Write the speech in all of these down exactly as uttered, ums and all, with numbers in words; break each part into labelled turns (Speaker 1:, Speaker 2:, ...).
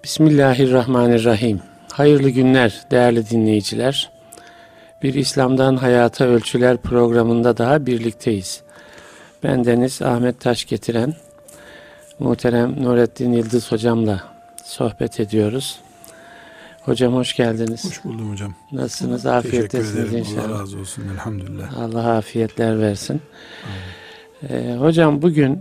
Speaker 1: Bismillahirrahmanirrahim. Hayırlı günler değerli dinleyiciler. Bir İslam'dan Hayata Ölçüler programında daha birlikteyiz. Bendeniz Ahmet Taş getiren muhterem Nurettin Yıldız hocamla sohbet ediyoruz. Hocam hoş geldiniz.
Speaker 2: Hoş buldum hocam.
Speaker 1: Nasılsınız? Afiyettesiniz inşallah.
Speaker 2: Allah razı olsun. Elhamdülillah.
Speaker 1: Allah afiyetler versin. Ee, hocam bugün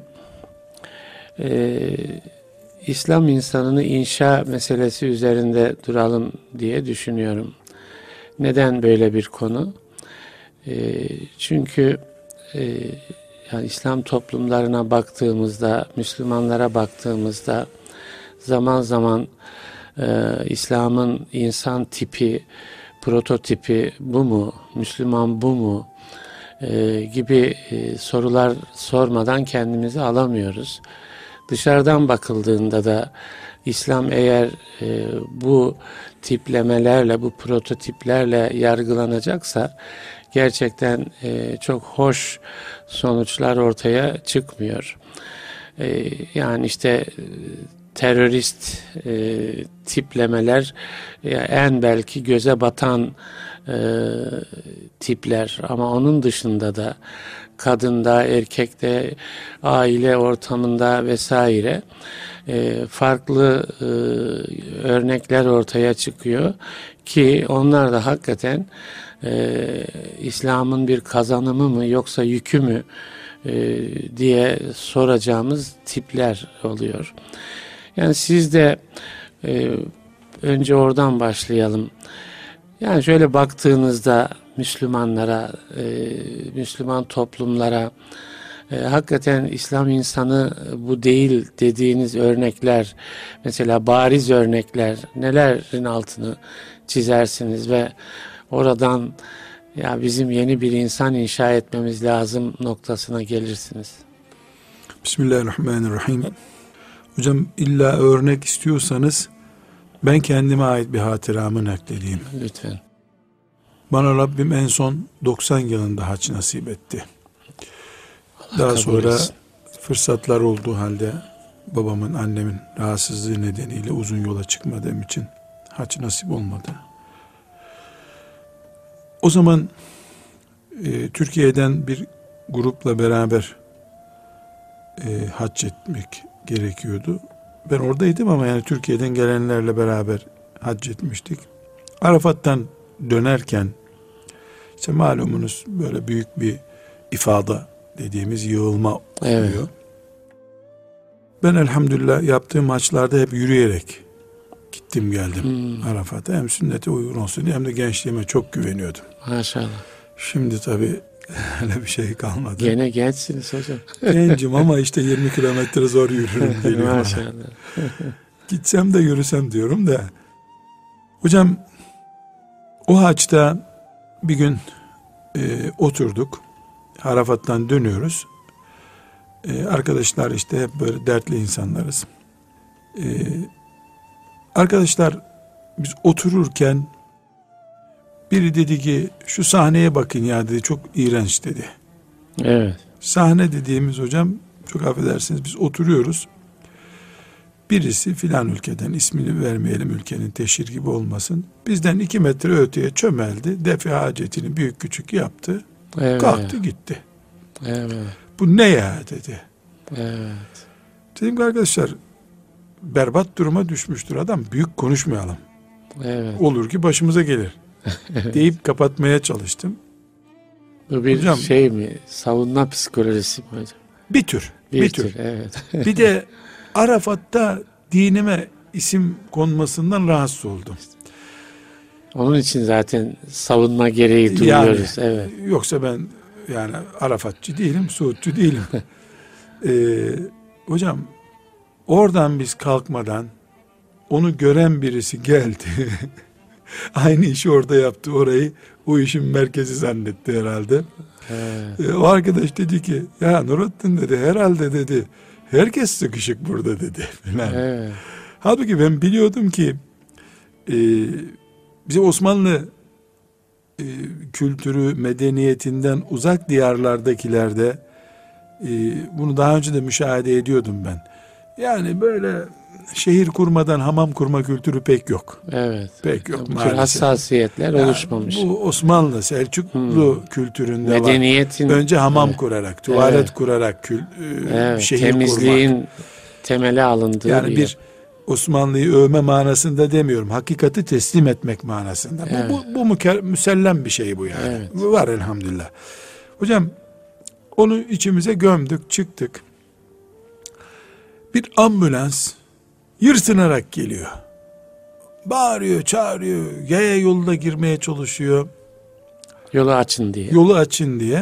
Speaker 1: e, İslam insanını inşa meselesi üzerinde duralım diye düşünüyorum. Neden böyle bir konu? E, çünkü e, yani İslam toplumlarına baktığımızda, Müslümanlara baktığımızda zaman zaman e, İslam'ın insan tipi, prototipi bu mu, Müslüman bu mu e, gibi e, sorular sormadan kendimizi alamıyoruz. Dışarıdan bakıldığında da İslam eğer e, bu tiplemelerle, bu prototiplerle yargılanacaksa gerçekten e, çok hoş sonuçlar ortaya çıkmıyor. E, yani işte e, terörist e, tiplemeler e, en belki göze batan e, tipler ama onun dışında da kadında, erkekte, aile ortamında vesaire e, farklı e, örnekler ortaya çıkıyor ki onlar da hakikaten e, İslam'ın bir kazanımı mı yoksa yükü mü e, diye soracağımız tipler oluyor. Yani siz de e, önce oradan başlayalım. Yani şöyle baktığınızda Müslümanlara, e, Müslüman toplumlara e, hakikaten İslam insanı bu değil dediğiniz örnekler, mesela bariz örnekler nelerin altını çizersiniz ve oradan ya bizim yeni bir insan inşa etmemiz lazım noktasına gelirsiniz.
Speaker 2: Bismillahirrahmanirrahim. Hocam illa örnek istiyorsanız ben kendime ait bir hatıramı nakledeyim.
Speaker 1: Lütfen.
Speaker 2: Bana Rabbim en son doksan yılında hac nasip etti.
Speaker 1: Allah
Speaker 2: Daha
Speaker 1: kabul
Speaker 2: sonra
Speaker 1: etsin.
Speaker 2: fırsatlar olduğu halde babamın, annemin rahatsızlığı nedeniyle uzun yola çıkmadığım için hac nasip olmadı. O zaman e, Türkiye'den bir grupla beraber e, hac etmek gerekiyordu. Ben oradaydım ama yani Türkiye'den gelenlerle beraber hac etmiştik. Arafat'tan dönerken işte malumunuz böyle büyük bir ifada dediğimiz yığılma
Speaker 1: Evet.
Speaker 2: oluyor. Ben elhamdülillah yaptığım haçlarda hep yürüyerek gittim geldim
Speaker 1: Hmm.
Speaker 2: Arafat'a. Hem sünnete uygun olsun diye hem de gençliğime çok güveniyordum.
Speaker 1: Maşallah.
Speaker 2: Şimdi tabii öyle bir şey kalmadı.
Speaker 1: Gene gençsiniz hocam.
Speaker 2: Gencim ama işte yirmi kilometre zor yürürüm geliyor bana.
Speaker 1: Maşallah.
Speaker 2: Gitsem de yürüsem diyorum da. Hocam o haçta bir gün e, oturduk. Arafat'tan dönüyoruz. E, arkadaşlar işte hep böyle dertli insanlarız. E, arkadaşlar biz otururken biri dedi ki şu sahneye bakın ya dedi, çok iğrenç dedi.
Speaker 1: Evet.
Speaker 2: Sahne dediğimiz hocam, çok affedersiniz, biz oturuyoruz. Birisi filan ülkeden, ismini vermeyelim ülkenin, teşhir gibi olmasın, bizden iki metre öteye çömeldi, defi hacetini büyük küçük yaptı,
Speaker 1: Evet.
Speaker 2: kalktı gitti.
Speaker 1: Evet.
Speaker 2: Bu ne ya dedi.
Speaker 1: Evet.
Speaker 2: Dedim ki arkadaşlar, berbat duruma düşmüştür adam, büyük konuşmayalım.
Speaker 1: Evet.
Speaker 2: Olur ki başımıza gelir deyip kapatmaya çalıştım.
Speaker 1: Bu bir
Speaker 2: Hocam,
Speaker 1: şey mi? Savunma psikolojisi mi hocam?
Speaker 2: Bir tür,
Speaker 1: Bir,
Speaker 2: bir tür.
Speaker 1: tür. Evet.
Speaker 2: Bir de Arafat'ta dinime isim konmasından rahatsız oldum.
Speaker 1: Onun için zaten savunma gereği duyuyoruz. Evet.
Speaker 2: Yoksa ben yani Arafatçı değilim, Suudçu değilim. ee, hocam oradan biz kalkmadan onu gören birisi geldi. Aynı işi orada yaptı, orayı o işin merkezi zannetti herhalde.
Speaker 1: Evet.
Speaker 2: Ee, o arkadaş dedi ki ya Nurettin dedi, herhalde dedi herkes sıkışık burada dedi. Falan.
Speaker 1: Evet.
Speaker 2: Halbuki ben biliyordum ki e, bize Osmanlı e, kültürü, medeniyetinden uzak diyarlardakilerde e, bunu daha önce de müşahede ediyordum ben. Yani böyle şehir kurmadan hamam kurma kültürü pek yok.
Speaker 1: Evet.
Speaker 2: Pek yok
Speaker 1: Bu tür
Speaker 2: maalesef.
Speaker 1: hassasiyetler
Speaker 2: Yani
Speaker 1: oluşmamış.
Speaker 2: bu Osmanlı, Selçuklu hmm. kültüründe
Speaker 1: medeniyetin,
Speaker 2: var. Önce hamam
Speaker 1: evet.
Speaker 2: kurarak, tuvalet
Speaker 1: evet.
Speaker 2: kurarak kül,
Speaker 1: evet.
Speaker 2: şehir
Speaker 1: temizliğin
Speaker 2: kurmak.
Speaker 1: temeli alındığı
Speaker 2: yani
Speaker 1: bir,
Speaker 2: bir Osmanlı'yı övme manasında demiyorum. Hakikati teslim etmek manasında. Evet. Bu, bu, bu müker, müsellem bir şey bu yani. Evet. Var elhamdülillah. Hocam onu içimize gömdük, çıktık. Bir ambulans yırtınarak geliyor. Bağırıyor, çağırıyor. Yaya yoluna girmeye çalışıyor.
Speaker 1: Yolu açın diye.
Speaker 2: Yolu açın diye.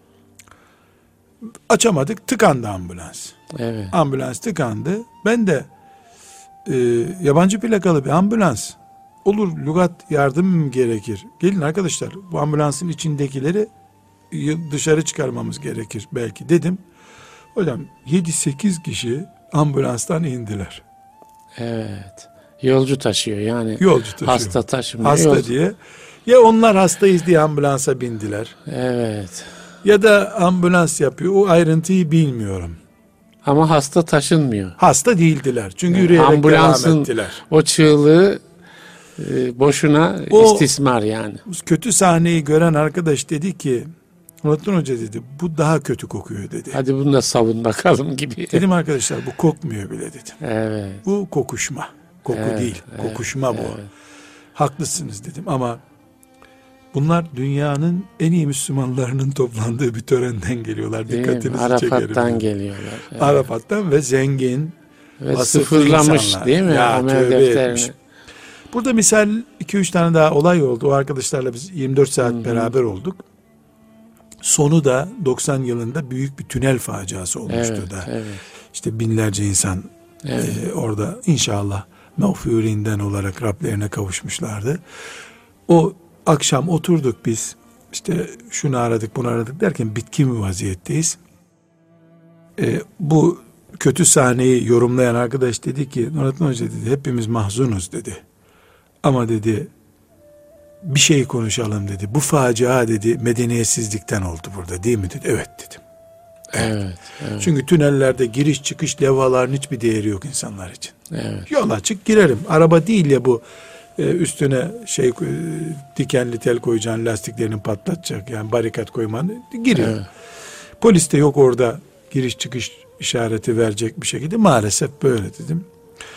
Speaker 2: Açamadık, tıkandı ambulans.
Speaker 1: Evet.
Speaker 2: Ambulans tıkandı. Ben de e, yabancı plakalı bir ambulans. Olur, lügat yardım mı gerekir? Gelin arkadaşlar, bu ambulansın içindekileri dışarı çıkarmamız gerekir belki dedim. Hocam yedi sekiz kişi ambulanstan indiler.
Speaker 1: Evet. Yolcu taşıyor yani.
Speaker 2: Yolcu taşıyor.
Speaker 1: Hasta taşımıyor.
Speaker 2: Hasta
Speaker 1: yolcu.
Speaker 2: diye. Ya onlar hastayız diye ambulansa bindiler.
Speaker 1: Evet.
Speaker 2: Ya da ambulans yapıyor. O ayrıntıyı bilmiyorum.
Speaker 1: Ama hasta taşınmıyor.
Speaker 2: Hasta değildiler. Çünkü
Speaker 1: yani
Speaker 2: yürüyerek
Speaker 1: ambulansın
Speaker 2: devam ettiler.
Speaker 1: O çığlığı e, boşuna o, istismar yani.
Speaker 2: Kötü sahneyi gören arkadaş dedi ki, Nurattin Hoca dedi, bu daha kötü kokuyor dedi.
Speaker 1: Hadi bunu da savun bakalım gibi.
Speaker 2: Dedim arkadaşlar, bu kokmuyor bile dedim.
Speaker 1: Evet.
Speaker 2: Bu kokuşma. Koku
Speaker 1: evet,
Speaker 2: değil.
Speaker 1: Evet,
Speaker 2: kokuşma bu.
Speaker 1: Evet.
Speaker 2: Haklısınız dedim ama bunlar dünyanın en iyi Müslümanlarının toplandığı bir törenden geliyorlar.
Speaker 1: Değil
Speaker 2: Dikkatinizi
Speaker 1: Arafat'tan
Speaker 2: çekerim.
Speaker 1: geliyorlar.
Speaker 2: Evet. Arafat'tan ve zengin,
Speaker 1: ve sıfırlamış
Speaker 2: insanlar.
Speaker 1: değil mi?
Speaker 2: Ya,
Speaker 1: amel defterini.
Speaker 2: Burada misal iki üç tane daha olay oldu. O arkadaşlarla biz yirmi dört saat Hı-hı. beraber olduk. Sonu da doksan yılında büyük bir tünel faciası olmuştu
Speaker 1: evet,
Speaker 2: da.
Speaker 1: Evet.
Speaker 2: İşte binlerce insan evet. e, orada inşallah mağfurinden olarak Rablerine kavuşmuşlardı. O akşam oturduk biz, işte şunu aradık bunu aradık derken bitkin bir vaziyetteyiz. E, bu kötü sahneyi yorumlayan arkadaş dedi ki, Nurattin Hoca dedi, hepimiz mahzunuz dedi. Ama dedi bir şey konuşalım dedi. Bu facia dedi medeniyetsizlikten oldu burada değil mi dedi. Evet dedim. Evet. Evet, evet. Çünkü tünellerde giriş çıkış levhaların hiçbir değeri yok insanlar için.
Speaker 1: Evet.
Speaker 2: Yol açık girerim. Araba değil ya bu, üstüne şey dikenli tel koyacaksın, lastiklerini patlatacak, yani barikat koyman, giriyor. Evet. Polis de yok orada giriş çıkış işareti verecek bir şekilde, maalesef böyle dedim.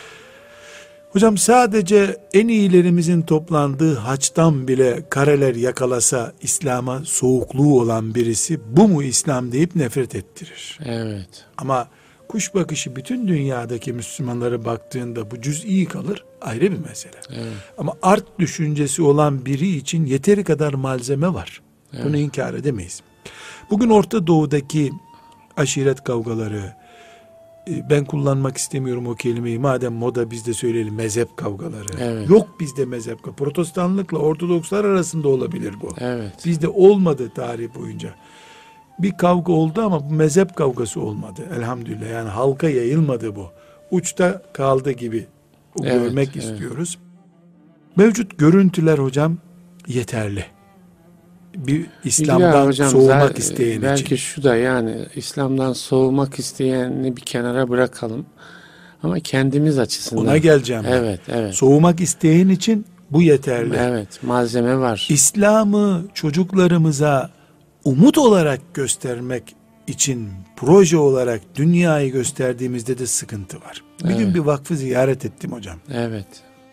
Speaker 2: Hocam sadece en iyilerimizin toplandığı haçtan bile kareler yakalasa İslam'a soğukluğu olan birisi bu mu İslam deyip nefret ettirir.
Speaker 1: Evet.
Speaker 2: Ama kuş bakışı bütün dünyadaki Müslümanlara baktığında bu cüz'i kalır, ayrı bir mesele.
Speaker 1: Evet.
Speaker 2: Ama art düşüncesi olan biri için yeteri kadar malzeme var. Evet. Bunu inkar edemeyiz. Bugün Orta Doğu'daki aşiret kavgaları, ben kullanmak istemiyorum o kelimeyi, madem moda biz de söyleyelim, mezhep kavgaları. Evet. Yok bizde mezhep kavgaları. Protestanlıkla Ortodokslar arasında olabilir bu.
Speaker 1: Evet.
Speaker 2: Bizde olmadı tarih boyunca. Bir kavga oldu ama bu mezhep kavgası olmadı. Elhamdülillah, yani halka yayılmadı bu. Uçta kaldı gibi evet, görmek evet. istiyoruz. Mevcut görüntüler hocam yeterli. Bir İslam'dan hocam, soğumak zaten, isteyen
Speaker 1: belki
Speaker 2: için.
Speaker 1: Belki şu da, yani İslam'dan soğumak isteyeni bir kenara bırakalım. Ama kendimiz açısından.
Speaker 2: Ona geleceğim.
Speaker 1: Evet, evet.
Speaker 2: Soğumak isteyen için bu yeterli.
Speaker 1: Evet, malzeme var.
Speaker 2: İslam'ı çocuklarımıza umut olarak göstermek için proje olarak dünyayı gösterdiğimizde de sıkıntı var. Bir evet. gün bir vakfı ziyaret ettim hocam.
Speaker 1: Evet.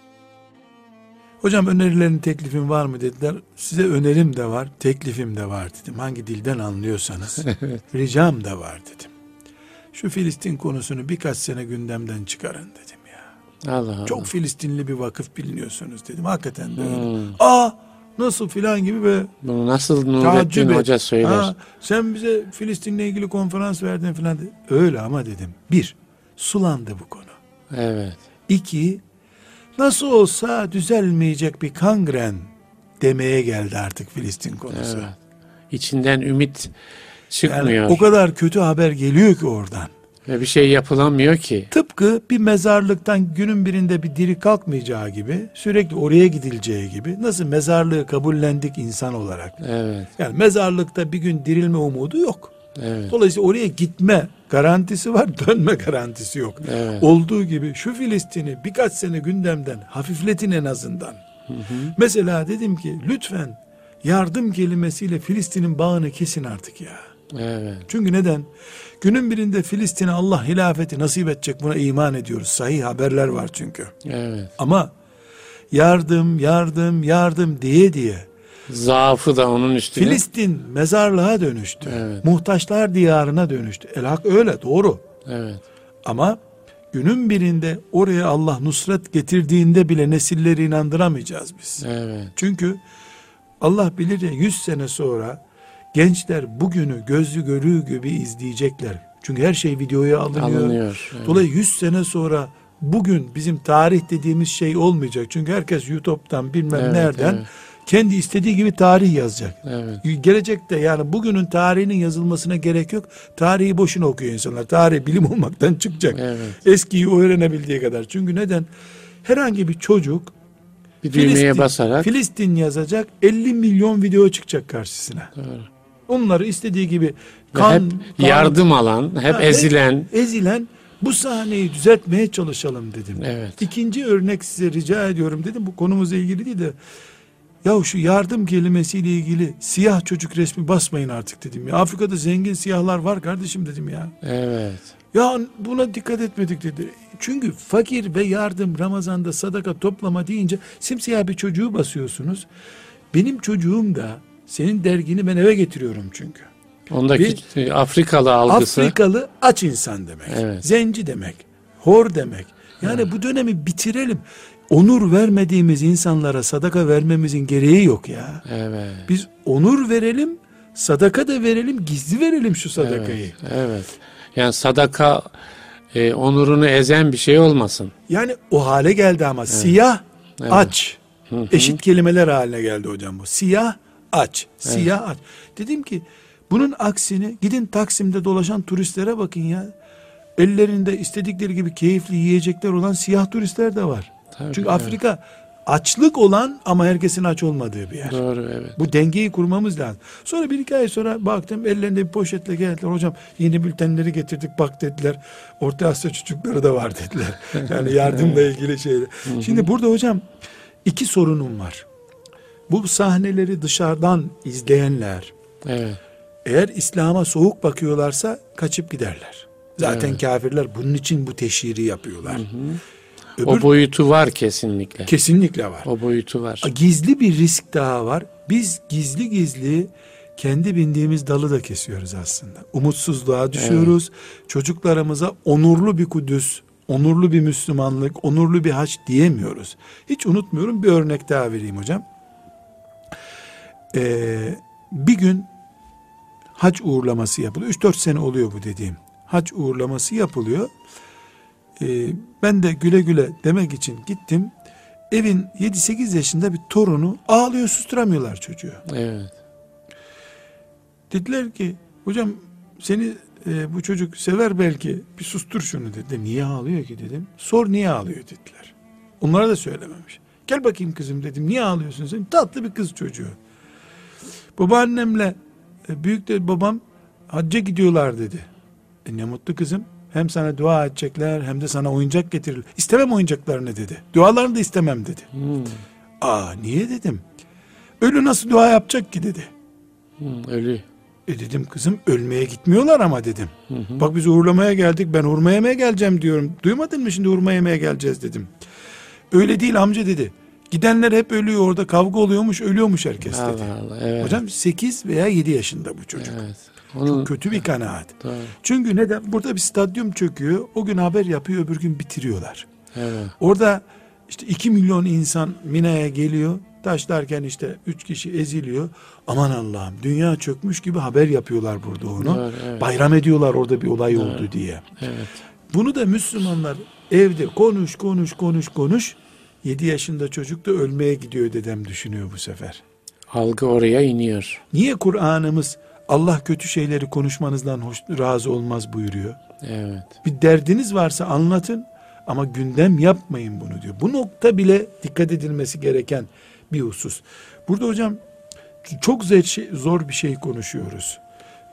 Speaker 2: Hocam önerilerin, teklifin var mı dediler. Size önerim de var, teklifim de var dedim. Hangi dilden anlıyorsanız. Evet. Ricam da var dedim. Şu Filistin konusunu birkaç sene gündemden çıkarın dedim ya.
Speaker 1: Allah Allah.
Speaker 2: Çok Filistinli bir vakıf biliniyorsunuz dedim. Hakikaten de öyle.
Speaker 1: Hmm.
Speaker 2: Aa nasıl filan gibi böyle.
Speaker 1: Bunu nasıl Nurettin Hoca söyler? Ha,
Speaker 2: sen bize Filistin'le ilgili konferans verdin filan. Öyle ama dedim. Bir, sulandı bu konu.
Speaker 1: Evet.
Speaker 2: İki, nasıl olsa düzelmeyecek bir kangren demeye geldi artık Filistin konusu.
Speaker 1: Evet. İçinden ümit çıkmıyor.
Speaker 2: Yani o kadar kötü haber geliyor ki oradan.
Speaker 1: Ve bir şey yapılamıyor ki.
Speaker 2: Tıpkı bir mezarlıktan günün birinde bir diri kalkmayacağı gibi, sürekli oraya gidileceği gibi, nasıl mezarlığı kabullendik insan olarak.
Speaker 1: Evet.
Speaker 2: Yani mezarlıkta bir gün dirilme umudu yok.
Speaker 1: Evet.
Speaker 2: Dolayısıyla oraya gitme garantisi var, dönme garantisi yok.
Speaker 1: Evet.
Speaker 2: Olduğu gibi şu Filistin'i birkaç sene gündemden hafifletin en azından. Hı hı. Mesela dedim ki lütfen yardım kelimesiyle Filistin'in bağını kesin artık ya.
Speaker 1: Evet.
Speaker 2: Çünkü neden? Günün birinde Filistin'e Allah hilafeti nasip edecek, buna iman ediyoruz. Sahih haberler var çünkü.
Speaker 1: Evet.
Speaker 2: Ama yardım, yardım, yardım diye diye
Speaker 1: zaafı da onun üstüne.
Speaker 2: Filistin mezarlığa dönüştü.
Speaker 1: Evet.
Speaker 2: Muhtaçlar diyarına dönüştü. El hak öyle, doğru.
Speaker 1: Evet.
Speaker 2: Ama günün birinde oraya Allah nusret getirdiğinde bile nesilleri inandıramayacağız biz.
Speaker 1: Evet.
Speaker 2: Çünkü Allah bilir ya, yüz sene sonra gençler bugünü gözü görüğü gibi izleyecekler. Çünkü her şey videoya alınıyor.
Speaker 1: Alınıyor. Evet.
Speaker 2: Dolayısıyla yüz sene sonra bugün bizim tarih dediğimiz şey olmayacak. Çünkü herkes YouTube'dan bilmem
Speaker 1: Evet,
Speaker 2: nereden
Speaker 1: evet.
Speaker 2: kendi istediği gibi tarih yazacak.
Speaker 1: Evet.
Speaker 2: Gelecekte yani bugünün tarihinin yazılmasına gerek yok. Tarihi boşuna okuyor insanlar. Tarih bilim olmaktan çıkacak.
Speaker 1: Evet.
Speaker 2: Eskiyi öğrenebildiği kadar. Çünkü neden? Herhangi bir çocuk
Speaker 1: Bir düğmeye
Speaker 2: Filistin,
Speaker 1: basarak.
Speaker 2: Filistin yazacak, elli milyon video çıkacak karşısına.
Speaker 1: Doğru.
Speaker 2: Onları istediği gibi
Speaker 1: Ve
Speaker 2: kan,
Speaker 1: hep
Speaker 2: kan-
Speaker 1: yardım alan, hep
Speaker 2: Ha,
Speaker 1: ezilen.
Speaker 2: ezilen bu sahneyi düzeltmeye çalışalım dedim.
Speaker 1: Evet.
Speaker 2: İkinci örnek size rica ediyorum dedim. Bu konumuzla ilgili değil de ya şu yardım kelimesiyle ilgili siyah çocuk resmi basmayın artık dedim ya. Afrika'da zengin siyahlar var kardeşim dedim ya.
Speaker 1: Evet.
Speaker 2: Ya buna dikkat etmedik dedi. Çünkü fakir ve yardım, Ramazan'da sadaka toplama deyince simsiyah bir çocuğu basıyorsunuz. Benim çocuğum da senin dergini ben eve getiriyorum çünkü.
Speaker 1: Ondaki
Speaker 2: Bir
Speaker 1: Afrikalı algısı.
Speaker 2: Afrikalı aç insan demek.
Speaker 1: Evet.
Speaker 2: Zenci demek. Hor demek. Yani evet. Bu dönemi bitirelim. Onur vermediğimiz insanlara sadaka vermemizin gereği yok ya.
Speaker 1: Evet.
Speaker 2: Biz onur verelim, sadaka da verelim, gizli verelim şu sadakayı.
Speaker 1: Evet. Evet. Yani sadaka e, onurunu ezen bir şey olmasın.
Speaker 2: Yani o hale geldi ama evet. Siyah,
Speaker 1: evet.
Speaker 2: aç.
Speaker 1: Hı hı.
Speaker 2: Eşit kelimeler haline geldi hocam bu. Siyah, aç. Siyah, evet. Aç. Dedim ki bunun aksini gidin Taksim'de dolaşan turistlere bakın ya. Ellerinde istedikleri gibi keyifli yiyecekler olan siyah turistler de var. Tabii, çünkü evet. Afrika açlık olan ama herkesin aç olmadığı bir yer.
Speaker 1: Doğru, evet.
Speaker 2: Bu dengeyi kurmamız lazım. Sonra bir iki ay sonra baktım ellerinde bir poşetle geldiler. Hocam yeni bültenleri getirdik bak dediler. Orta Asya çocukları da var dediler. Yani yardımla ilgili şeyler. Şimdi burada hocam iki sorunum var. Bu sahneleri dışarıdan izleyenler, evet. Eğer İslam'a soğuk bakıyorlarsa kaçıp giderler. Zaten evet. Kafirler bunun için bu teşhiri yapıyorlar. Hı hı. Öbür,
Speaker 1: o boyutu var kesinlikle.
Speaker 2: Kesinlikle var.
Speaker 1: O boyutu var.
Speaker 2: Gizli bir risk daha var. Biz gizli gizli kendi bindiğimiz dalı da kesiyoruz aslında. Umutsuzluğa düşüyoruz. Evet. Çocuklarımıza onurlu bir Kudüs, onurlu bir Müslümanlık, onurlu bir haç diyemiyoruz. Hiç unutmuyorum, bir örnek daha vereyim hocam. Ee, bir gün hac uğurlaması yapılıyor. üç dört sene oluyor bu dediğim. Hac uğurlaması yapılıyor. Ee, ben de güle güle demek için gittim. Evin yedi sekiz yaşında bir torunu ağlıyor, susturamıyorlar çocuğu. Evet. Dediler ki hocam seni e, bu çocuk sever belki, bir sustur şunu dedi. Niye ağlıyor ki dedim. Sor niye ağlıyor dediler. Onlara da söylememiş. Gel bakayım kızım dedim. Niye ağlıyorsun sen? Tatlı bir kız çocuğu. Babaannemle e, büyük de babam hacca gidiyorlar dedi. E ne mutlu kızım. Hem sana dua edecekler hem de sana oyuncak getirirler. İstemem oyuncaklarını dedi. Dualarını da istemem dedi. Hmm. Aa niye dedim. Ölü nasıl dua yapacak ki dedi.
Speaker 1: Hmm, ölü.
Speaker 2: E dedim kızım ölmeye gitmiyorlar ama dedim. Hı hı. Bak biz uğurlamaya geldik, ben hurma yemeye geleceğim diyorum. Duymadın mı şimdi hurma yemeye geleceğiz dedim. Öyle değil amca dedi. Gidenler hep ölüyor, orada kavga oluyormuş, ölüyormuş herkes
Speaker 1: Allah
Speaker 2: dedi.
Speaker 1: Allah, evet.
Speaker 2: Hocam sekiz veya yedi yaşında bu çocuk. Evet. Onun, çok kötü bir kanaat. Doğru. Çünkü neden? Burada bir stadyum çöküyor. O gün haber yapıyor, öbür gün bitiriyorlar. Evet. Orada işte iki milyon insan Mina'ya geliyor. Taşlarken işte üç kişi eziliyor. Aman Allah'ım dünya çökmüş gibi haber yapıyorlar burada onu. Doğru, evet. Bayram ediyorlar orada bir olay Doğru. oldu diye. Evet. Bunu da Müslümanlar evde konuş konuş konuş konuş. yedi yaşında çocuk da ölmeye gidiyor dedem düşünüyor bu sefer.
Speaker 1: Algı oraya iniyor.
Speaker 2: Niye Kur'an'ımız Allah kötü şeyleri konuşmanızdan hoş, razı olmaz buyuruyor? Evet. Bir derdiniz varsa anlatın ama gündem yapmayın bunu diyor. Bu nokta bile dikkat edilmesi gereken bir husus. Burada hocam çok zor bir şey konuşuyoruz.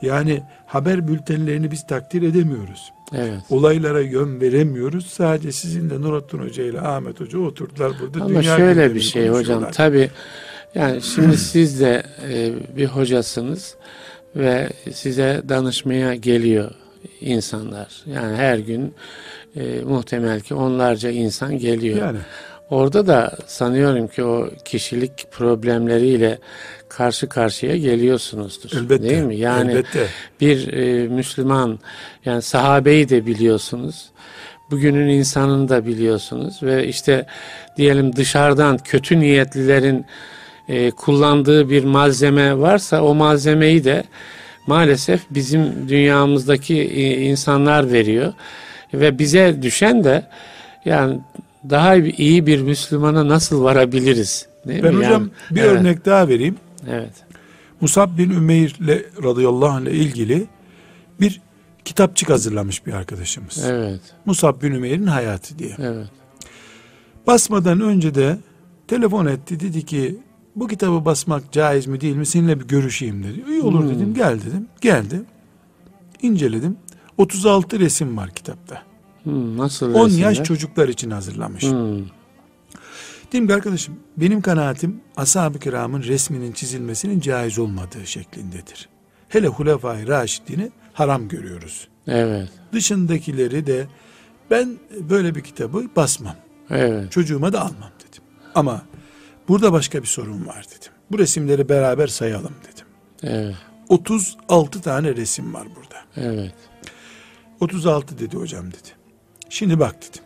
Speaker 2: Yani haber bültenlerini biz takdir edemiyoruz.
Speaker 1: Evet.
Speaker 2: Olaylara yön veremiyoruz. Sadece sizinle Nurattin Hoca ile Ahmet Hoca oturdular burada.
Speaker 1: Ama
Speaker 2: dünya
Speaker 1: şöyle
Speaker 2: gündemini
Speaker 1: bir şey hocam,
Speaker 2: konuşuyorlar.
Speaker 1: tabii yani şimdi siz de e, bir hocasınız ve size danışmaya geliyor insanlar. Yani her gün e, muhtemel ki onlarca insan geliyor.
Speaker 2: Yani
Speaker 1: Orada da sanıyorum ki o kişilik problemleriyle karşı karşıya geliyorsunuzdur.
Speaker 2: elbette.
Speaker 1: Değil mi? Yani
Speaker 2: elbette.
Speaker 1: bir e, Müslüman, yani sahabeyi de biliyorsunuz. Bugünün insanını da biliyorsunuz ve işte diyelim dışarıdan kötü niyetlilerin e, kullandığı bir malzeme varsa o malzemeyi de maalesef bizim dünyamızdaki e, insanlar veriyor ve bize düşen de yani daha iyi bir Müslümana nasıl varabiliriz? Değil
Speaker 2: Ben
Speaker 1: mi?
Speaker 2: hocam
Speaker 1: Yani,
Speaker 2: bir
Speaker 1: evet,
Speaker 2: örnek daha vereyim.
Speaker 1: evet.
Speaker 2: Musab bin Ümeyr ile radıyallahu anh ile ilgili bir kitapçık hazırlamış bir arkadaşımız.
Speaker 1: Evet.
Speaker 2: Musab bin Ümeyr'in hayatı diye.
Speaker 1: Evet.
Speaker 2: Basmadan önce de telefon etti. Dedi ki bu kitabı basmak caiz mi değil mi? Seninle bir görüşeyim dedi. İyi olur
Speaker 1: Hmm.
Speaker 2: dedim. Gel dedim. Geldi. İnceledim. otuz altı resim var kitapta.
Speaker 1: Hmm, nasıl
Speaker 2: on
Speaker 1: resimler?
Speaker 2: yaş çocuklar için hazırlamış.
Speaker 1: Hmm.
Speaker 2: Dedim ki arkadaşım benim kanaatim ashab-ı kiramın resminin çizilmesinin caiz olmadığı şeklindedir. Hele Hulefai Raşidini haram görüyoruz.
Speaker 1: Evet.
Speaker 2: Dışındakileri de ben böyle bir kitabı basmam.
Speaker 1: Evet.
Speaker 2: Çocuğuma da almam dedim. Ama burada başka bir sorun var dedim. Bu resimleri beraber sayalım dedim.
Speaker 1: Evet.
Speaker 2: otuz altı tane resim var burada.
Speaker 1: Evet.
Speaker 2: otuz altı dedi hocam dedi. Şimdi bak dedim.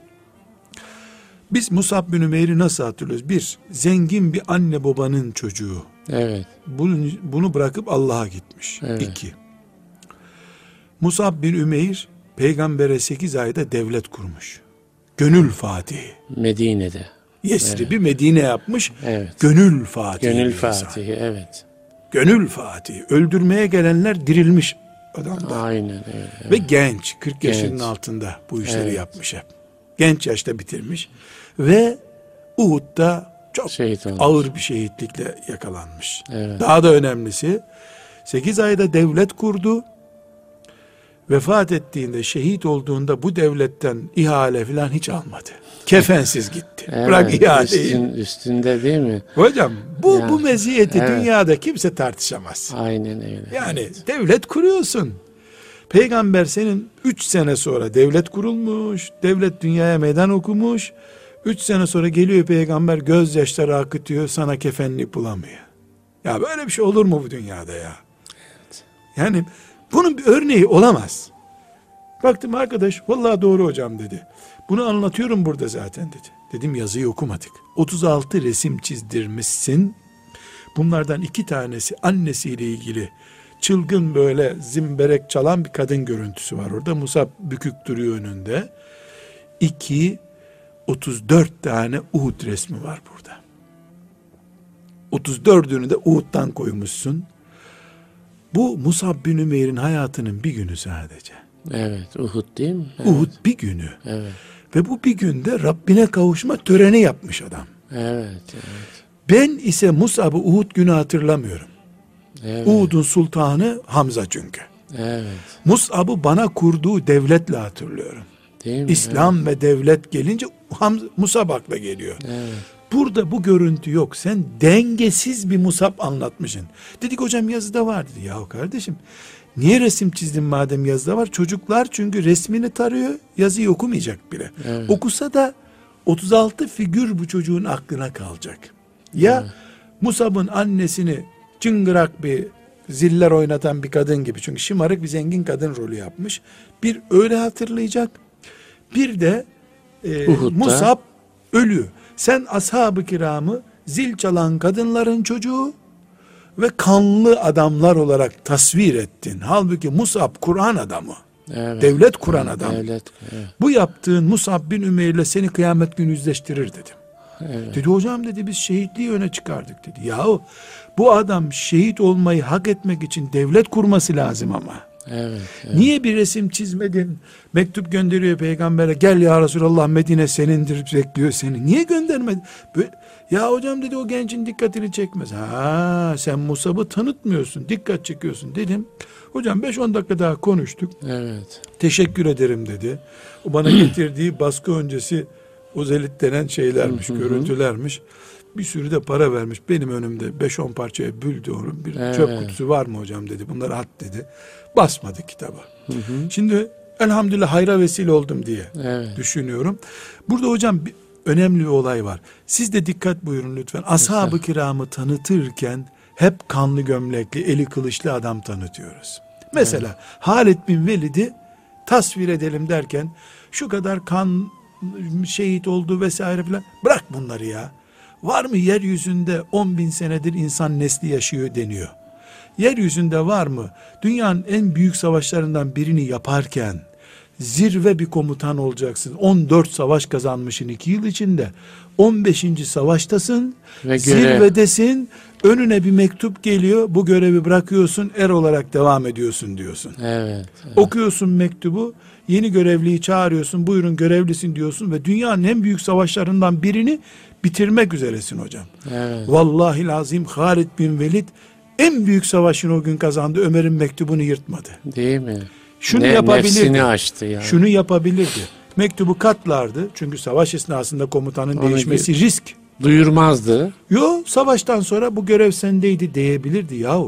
Speaker 2: Biz Musab bin Ümeyr'i nasıl hatırlıyoruz? Bir, zengin bir anne babanın çocuğu.
Speaker 1: Evet.
Speaker 2: Bunu, bunu bırakıp Allah'a gitmiş.
Speaker 1: Evet.
Speaker 2: İki, Musab bin Ümeyr peygambere sekiz ayda devlet kurmuş. Gönül Fatihi.
Speaker 1: Medine'de.
Speaker 2: Yesrib'i Medine yapmış.
Speaker 1: Evet.
Speaker 2: Gönül Fatihi.
Speaker 1: Gönül
Speaker 2: bir insan.
Speaker 1: Fatihi. Evet.
Speaker 2: Gönül Fatihi. Öldürmeye gelenler dirilmiş adamda.
Speaker 1: Aynen öyle. Evet.
Speaker 2: Ve genç. kırk
Speaker 1: Genç.
Speaker 2: yaşının altında bu işleri
Speaker 1: Evet.
Speaker 2: yapmış hep. Genç yaşta bitirmiş. Ve Uhud'da çok
Speaker 1: Şehit olmuş.
Speaker 2: ağır bir şehitlikle yakalanmış.
Speaker 1: Evet.
Speaker 2: Daha da önemlisi sekiz ayda devlet kurdu. Vefat ettiğinde, şehit olduğunda bu devletten ihale falan hiç almadı. Kefensiz gitti.
Speaker 1: Evet,
Speaker 2: Bırak ihaleyi.
Speaker 1: üstün, üstünde değil mi?
Speaker 2: Hocam bu
Speaker 1: Ya,
Speaker 2: bu meziyeti
Speaker 1: evet.
Speaker 2: dünyada kimse tartışamaz.
Speaker 1: Aynen öyle.
Speaker 2: Yani
Speaker 1: Evet.
Speaker 2: devlet kuruyorsun. Peygamber senin üç sene sonra devlet kurulmuş, devlet dünyaya meydan okumuş. Üç sene sonra geliyor peygamber gözyaşları akıtıyor, sana kefenlik bulamıyor. Ya böyle bir şey olur mu bu dünyada ya? Yani bunun bir örneği olamaz. Baktım arkadaş, vallahi doğru hocam dedi. Bunu anlatıyorum burada zaten dedi. Dedim yazıyı okumadık. otuz altı resim çizdirmişsin. Bunlardan iki tanesi annesiyle ilgili çılgın böyle zimberek çalan bir kadın görüntüsü var orada. Musab bükük duruyor önünde. İki, otuz dört tane Uhud resmi var burada. otuz dördünü de Uhud'dan koymuşsun. Bu Musab bin Ümeyr'in hayatının bir günü sadece.
Speaker 1: Evet. Uhud değil mi? Evet.
Speaker 2: Uhud bir günü.
Speaker 1: Evet.
Speaker 2: Ve bu bir günde Rabbine kavuşma töreni yapmış adam.
Speaker 1: Evet. Evet.
Speaker 2: Ben ise Musab'ı Uhud günü hatırlamıyorum.
Speaker 1: Evet.
Speaker 2: Uhud'un sultanı Hamza çünkü.
Speaker 1: Evet.
Speaker 2: Musab'ı bana kurduğu devletle hatırlıyorum.
Speaker 1: Değil mi?
Speaker 2: İslam ve devlet gelince Hamza, Musab akla geliyor.
Speaker 1: Evet.
Speaker 2: Burada bu görüntü yok. Sen dengesiz bir Musab anlatmışsın. Dedik hocam yazıda var dedi. Yahu kardeşim niye resim çizdin madem yazıda var? Çocuklar çünkü resmini tarıyor, yazıyı okumayacak bile.
Speaker 1: Evet.
Speaker 2: Okusa da otuz altı figür bu çocuğun aklına kalacak. Ya
Speaker 1: Evet.
Speaker 2: Musab'ın annesini çıngırak bir ziller oynatan bir kadın gibi, çünkü şımarık bir zengin kadın rolü yapmış. Bir öyle hatırlayacak. Bir de e,
Speaker 1: Uhud'da.
Speaker 2: Musab ölüyor. Sen ashab-ı kiramı zil çalan kadınların çocuğu ve kanlı adamlar olarak tasvir ettin. Halbuki Musab Kur'an adamı.
Speaker 1: Evet.
Speaker 2: Devlet kuran adam.
Speaker 1: Devlet. Evet.
Speaker 2: Bu yaptığın Musab bin Ümeyr'le seni kıyamet günü yüzleştirir dedim.
Speaker 1: Evet.
Speaker 2: Dedi hocam dedi biz şehitliği öne çıkardık dedi. Yahu bu adam şehit olmayı hak etmek için devlet kurması lazım ama.
Speaker 1: Evet, evet.
Speaker 2: Niye bir resim çizmedin? Mektup gönderiyor peygambere. Gel ya Resulallah, Medine senindir, bekliyor seni. Niye göndermedin? Böyle, ya hocam dedi, o gencin dikkatini çekmez. Ha, sen Musab'ı tanıtmıyorsun. Dikkat çekiyorsun dedim. Hocam beş on dakika daha konuştuk.
Speaker 1: Evet.
Speaker 2: Teşekkür ederim dedi. O bana getirdiği baskı öncesi ozelit denen şeylermiş, görüntülermiş. Bir sürü de para vermiş. Benim önümde beş on parçaya büldü onu. Bir
Speaker 1: Evet.
Speaker 2: çöp kutusu var mı hocam dedi. Bunları at dedi. Basmadı kitaba.
Speaker 1: Hı hı.
Speaker 2: Şimdi elhamdülillah hayra vesile oldum diye
Speaker 1: Evet.
Speaker 2: düşünüyorum. Burada hocam bir, önemli bir olay var. Siz de dikkat buyurun lütfen. Ashab-ı kiramı tanıtırken hep kanlı gömlekli, eli kılıçlı adam tanıtıyoruz. Mesela evet. Halid bin Velid'i tasvir edelim derken şu kadar kan şehit oldu vesaire filan. Bırak bunları ya. Var mı yeryüzünde on bin senedir insan nesli yaşıyor deniyor. Yeryüzünde var mı? Dünyanın en büyük savaşlarından birini yaparken zirve bir komutan olacaksın. on dört savaş kazanmışsın iki yıl içinde. on beşinci savaştasın. Ve zirvedesin. Önüne bir mektup geliyor. Bu görevi bırakıyorsun. Er olarak devam ediyorsun diyorsun.
Speaker 1: Evet, evet.
Speaker 2: Okuyorsun mektubu. Yeni görevliyi çağırıyorsun. Buyurun görevlisin diyorsun ve dünyanın en büyük savaşlarından birini bitirmek üzeresin hocam.
Speaker 1: Evet.
Speaker 2: Vallahi lazim Halid bin Velid en büyük savaşını o gün kazandı. Ömer'in mektubunu yırtmadı.
Speaker 1: Değil mi?
Speaker 2: Şunu
Speaker 1: ne,
Speaker 2: yapabilirdi.
Speaker 1: Nefsini açtı ya.
Speaker 2: Şunu yapabilirdi. Mektubu katlardı. Çünkü savaş esnasında komutanın Onu değişmesi bir, risk.
Speaker 1: Duyurmazdı.
Speaker 2: Yo, savaştan sonra bu görev sendeydi diyebilirdi yahu.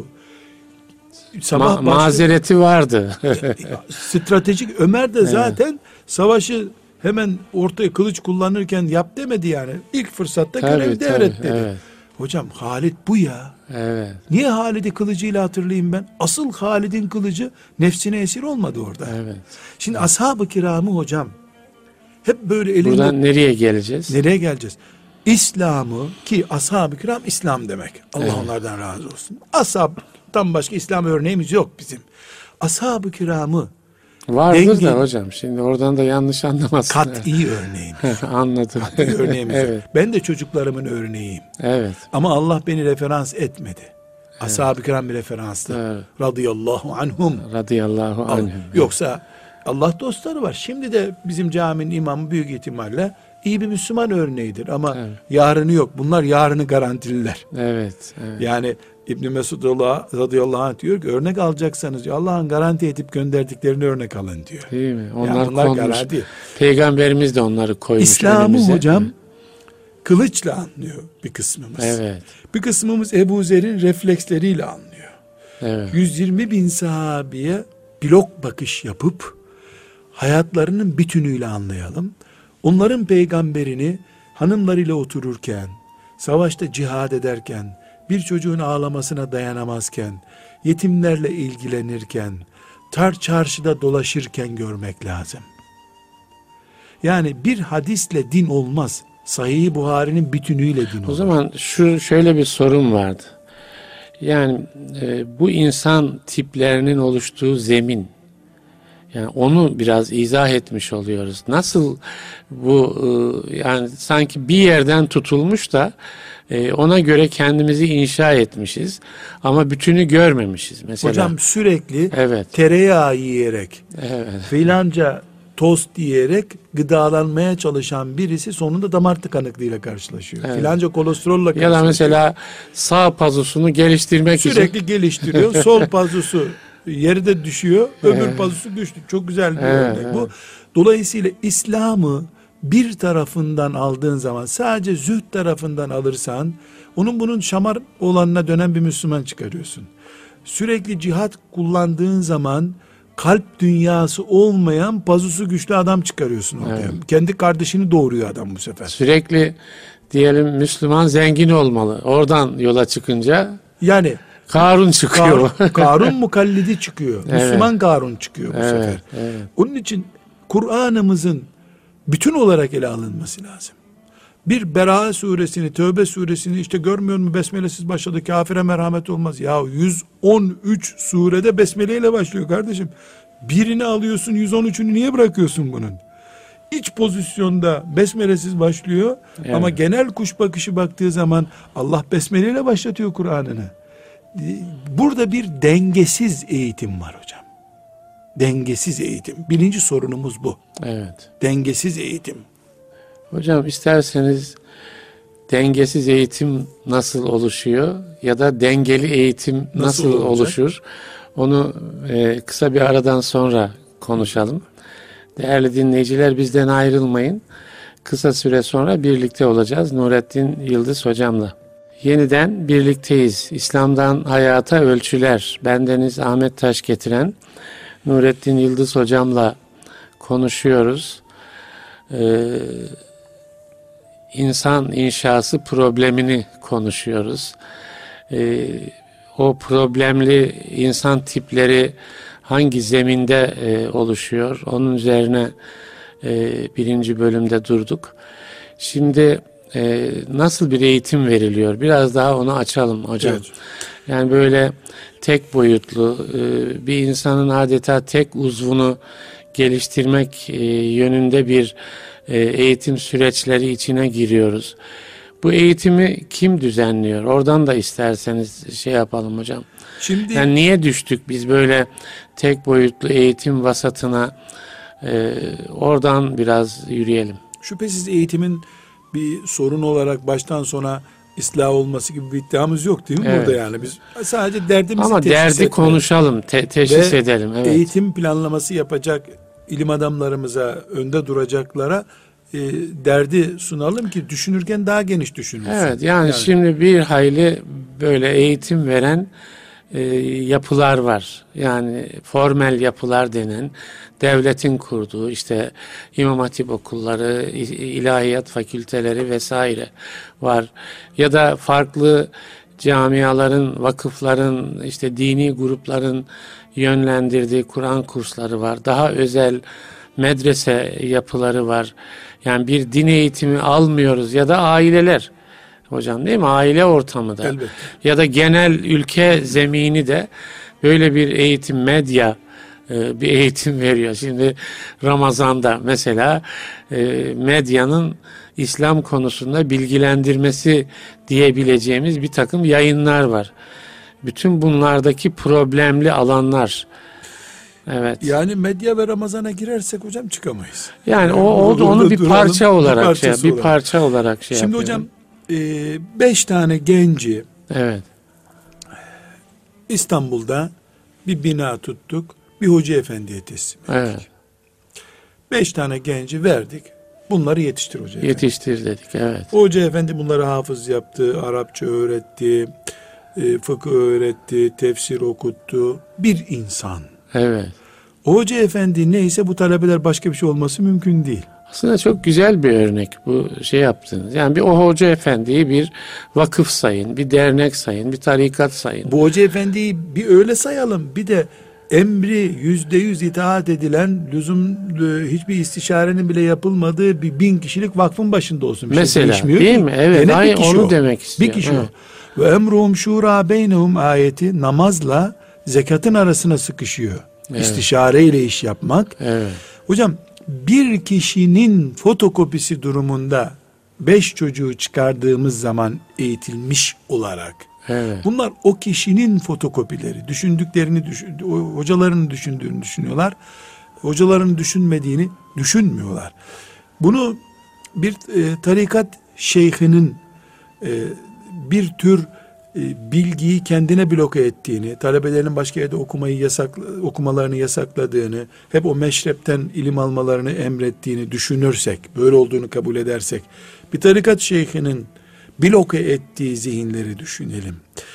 Speaker 2: Sabah
Speaker 1: Ma- mazereti vardı.
Speaker 2: Stratejik Ömer de zaten evet. Savaşı hemen ortaya kılıç kullanırken yap demedi yani. İlk fırsatta tabii, görevi devret dedi. Evet. Hocam Halid bu ya.
Speaker 1: Evet.
Speaker 2: Niye Halid'i kılıcıyla hatırlayayım ben? Asıl Halid'in kılıcı nefsine esir olmadı orada.
Speaker 1: Evet.
Speaker 2: Şimdi ashab-ı kiramı hocam hep böyle elinde...
Speaker 1: Buradan nereye geleceğiz?
Speaker 2: Nereye geleceğiz? İslam'ı, ki ashab-ı kiram İslam demek. Allah evet. onlardan razı olsun. Ashab'tan başka İslam örneğimiz yok bizim. Ashab-ı kiramı
Speaker 1: vardır dengi, da hocam şimdi oradan da yanlış anlamasın.
Speaker 2: Kat'i örneğimiz.
Speaker 1: Anladım.
Speaker 2: Kat'i örneğimiz.
Speaker 1: Evet.
Speaker 2: Ben de çocuklarımın örneğiyim.
Speaker 1: Evet.
Speaker 2: Ama Allah beni referans etmedi. Evet. Ashab-ı kiram bir referanstı. Evet. Radıyallahu anhum.
Speaker 1: Radıyallahu anhum.
Speaker 2: Yoksa Allah dostları var. Şimdi de bizim caminin imamı büyük ihtimalle iyi bir Müslüman örneğidir. Ama evet. yarını yok. Bunlar yarını garantililer.
Speaker 1: Evet. evet.
Speaker 2: Yani İbn Mesud radıyallahu anh diyor ki örnek alacaksanız diyor, Allah'ın garanti edip gönderdiklerini örnek alın diyor.
Speaker 1: Değil mi? Onlar,
Speaker 2: yani bunlar garanti.
Speaker 1: Peygamberimiz de onları koymuş.
Speaker 2: İslam'ı
Speaker 1: önümüze.
Speaker 2: hocam kılıçla anlıyor bir kısmımız.
Speaker 1: Evet.
Speaker 2: Bir kısmımız Ebu Zer'in refleksleriyle anlıyor.
Speaker 1: Evet.
Speaker 2: yüz yirmi bin sahabeye blok bakış yapıp hayatlarının bütünüyle anlayalım. Onların peygamberini hanımlarıyla otururken, savaşta cihad ederken, bir çocuğun ağlamasına dayanamazken, yetimlerle ilgilenirken, tar çarşıda dolaşırken görmek lazım. Yani bir hadisle din olmaz. Sahih-i Buhari'nin bütünüyle din olur.
Speaker 1: O zaman şu şöyle bir sorun vardı. Yani e, bu insan tiplerinin oluştuğu zemin, yani onu biraz izah etmiş oluyoruz. Nasıl bu e, yani sanki bir yerden tutulmuş da e, ona göre kendimizi inşa etmişiz ama bütünü görmemişiz mesela.
Speaker 2: Hocam sürekli
Speaker 1: evet.
Speaker 2: tereyağı yiyerek,
Speaker 1: evet.
Speaker 2: filanca tost yiyerek gıdalanmaya çalışan birisi sonunda damar tıkanıklığıyla karşılaşıyor. Evet. Filanca kolesterolle karşılaşıyor.
Speaker 1: Ya da mesela sağ pazusunu geliştirmek
Speaker 2: sürekli
Speaker 1: için.
Speaker 2: Sürekli geliştiriyor. Sol pazusu yerde düşüyor. Öbür evet. pazusu düştü. Çok güzel bir
Speaker 1: evet,
Speaker 2: örnek bu. Dolayısıyla İslam'ı bir tarafından aldığın zaman, sadece zühd tarafından alırsan, onun bunun şamar olanına dönen bir Müslüman çıkarıyorsun. Sürekli cihat kullandığın zaman kalp dünyası olmayan pazusu güçlü adam çıkarıyorsun ortaya. Evet. Kendi kardeşini doğuruyor adam bu sefer.
Speaker 1: Sürekli diyelim Müslüman zengin olmalı. Oradan yola çıkınca
Speaker 2: yani
Speaker 1: Karun çıkıyor.
Speaker 2: Karun, Karun mukallidi çıkıyor. Evet. Müslüman Karun çıkıyor bu
Speaker 1: evet,
Speaker 2: sefer.
Speaker 1: Evet.
Speaker 2: Onun için Kur'an'ımızın bütün olarak ele alınması lazım. Bir Bera'a suresini, Tövbe suresini işte görmüyor mu, besmelesiz başladı, kafire merhamet olmaz. Ya yüz on üç surede besmele ile başlıyor kardeşim. Birini alıyorsun, yüz on üçünü niye bırakıyorsun bunun? İç pozisyonda besmelesiz başlıyor, evet. Ama genel kuş bakışı baktığı zaman Allah besmele ile başlatıyor Kur'an'ını. Burada bir dengesiz eğitim var hocam. Dengesiz eğitim. Birinci sorunumuz bu.
Speaker 1: Evet.
Speaker 2: Dengesiz eğitim.
Speaker 1: Hocam isterseniz dengesiz eğitim nasıl oluşuyor ya da dengeli eğitim nasıl, nasıl oluşur? Onu e, kısa bir aradan sonra konuşalım. Değerli dinleyiciler, bizden ayrılmayın. Kısa süre sonra birlikte olacağız Nurettin Yıldız hocamla. Yeniden birlikteyiz. İslam'dan Hayata Ölçüler. Bendeniz Ahmet Taş getiren Nurettin Yıldız hocamla konuşuyoruz. Ee, insan inşası problemini konuşuyoruz. Ee, o problemli insan tipleri hangi zeminde e, oluşuyor? Onun üzerine e, birinci bölümde durduk. Şimdi e, nasıl bir eğitim veriliyor? Biraz daha onu açalım hocam. Evet. Yani böyle tek boyutlu e, bir insanın adeta tek uzvunu geliştirmek e, yönünde bir e, eğitim süreçleri içine giriyoruz. Bu eğitimi kim düzenliyor? Oradan da isterseniz şey yapalım hocam. Şimdi yani niye düştük biz böyle tek boyutlu eğitim vasatına? E, oradan biraz yürüyelim.
Speaker 2: Şüphesiz eğitimin bir sorun olarak baştan sona ıslah olması gibi bir iddiamız yok değil mi evet. burada yani? Biz sadece derdimizi
Speaker 1: Ama
Speaker 2: teşhis
Speaker 1: derdi etmeyelim. konuşalım, te- teşhis Ve edelim. Evet.
Speaker 2: Eğitim planlaması yapacak ilim adamlarımıza, önde duracaklara e, derdi sunalım ki düşünürken daha geniş düşünülsün.
Speaker 1: Evet yani, yani şimdi bir hayli böyle eğitim veren e, yapılar var. Yani formel yapılar denen, devletin kurduğu işte İmam Hatip okulları, ilahiyat fakülteleri vesaire var. Ya da farklı camiaların, vakıfların, işte dini grupların yönlendirdiği Kur'an kursları var. Daha özel medrese yapıları var. Yani bir din eğitimi almıyoruz ya da aileler. Hocam değil mi? Aile ortamı da. Elbette. Ya da genel ülke zemini de böyle bir eğitim, medya e, bir eğitim veriyor. Şimdi Ramazan'da mesela e, medyanın İslam konusunda bilgilendirmesi diyebileceğimiz bir takım yayınlar var. Bütün bunlardaki problemli alanlar. Evet.
Speaker 2: Yani medya ve Ramazan'a girersek hocam çıkamayız.
Speaker 1: Yani, yani o oldu onu bir parça duralım, olarak bir, şey, bir olarak. parça olarak şey
Speaker 2: Şimdi
Speaker 1: yapıyorum.
Speaker 2: hocam e, beş tane genci
Speaker 1: evet.
Speaker 2: İstanbul'da bir bina tuttuk. Bir hoca efendiye teslim ettik. Evet. Beş tane genci verdik. Bunları yetiştir hoca efendi.
Speaker 1: Yetiştir dedik evet.
Speaker 2: Hoca efendi bunları hafız yaptı, Arapça öğretti, e, fıkıh öğretti, tefsir okuttu. Bir insan.
Speaker 1: Evet.
Speaker 2: O hoca efendi neyse bu talebeler başka bir şey olması mümkün değil.
Speaker 1: Aslında çok güzel bir örnek bu şey yaptınız. Yani bir o hoca efendiyi bir vakıf sayın, bir dernek sayın, bir tarikat sayın.
Speaker 2: Bu hoca efendiyi bir öyle sayalım. Bir de emri yüzde yüz itaat edilen, lüzum hiçbir istişarenin bile yapılmadığı bir bin kişilik vakfın başında olsun. Bir
Speaker 1: Mesela şey değil mi? Evet. Hayır, onu o. demek istiyorum.
Speaker 2: Bir kişi
Speaker 1: evet.
Speaker 2: o. Ve emruhum şura beynehum ayeti namazla zekatın arasına sıkışıyor. Evet. İstişareyle iş yapmak.
Speaker 1: Evet.
Speaker 2: Hocam bir kişinin fotokopisi durumunda beş çocuğu çıkardığımız zaman eğitilmiş olarak
Speaker 1: evet.
Speaker 2: bunlar o kişinin fotokopileri. Düşündüklerini, düşün, hocaların düşündüğünü düşünüyorlar. Hocaların düşünmediğini düşünmüyorlar. Bunu bir e, tarikat şeyhinin e, bir tür e, bilgiyi kendine bloke ettiğini, talebelerinin başka yerde okumayı yasak, okumalarını yasakladığını, hep o meşrepten ilim almalarını emrettiğini düşünürsek, böyle olduğunu kabul edersek, bir tarikat şeyhinin bloke ettiği zihinleri düşünelim.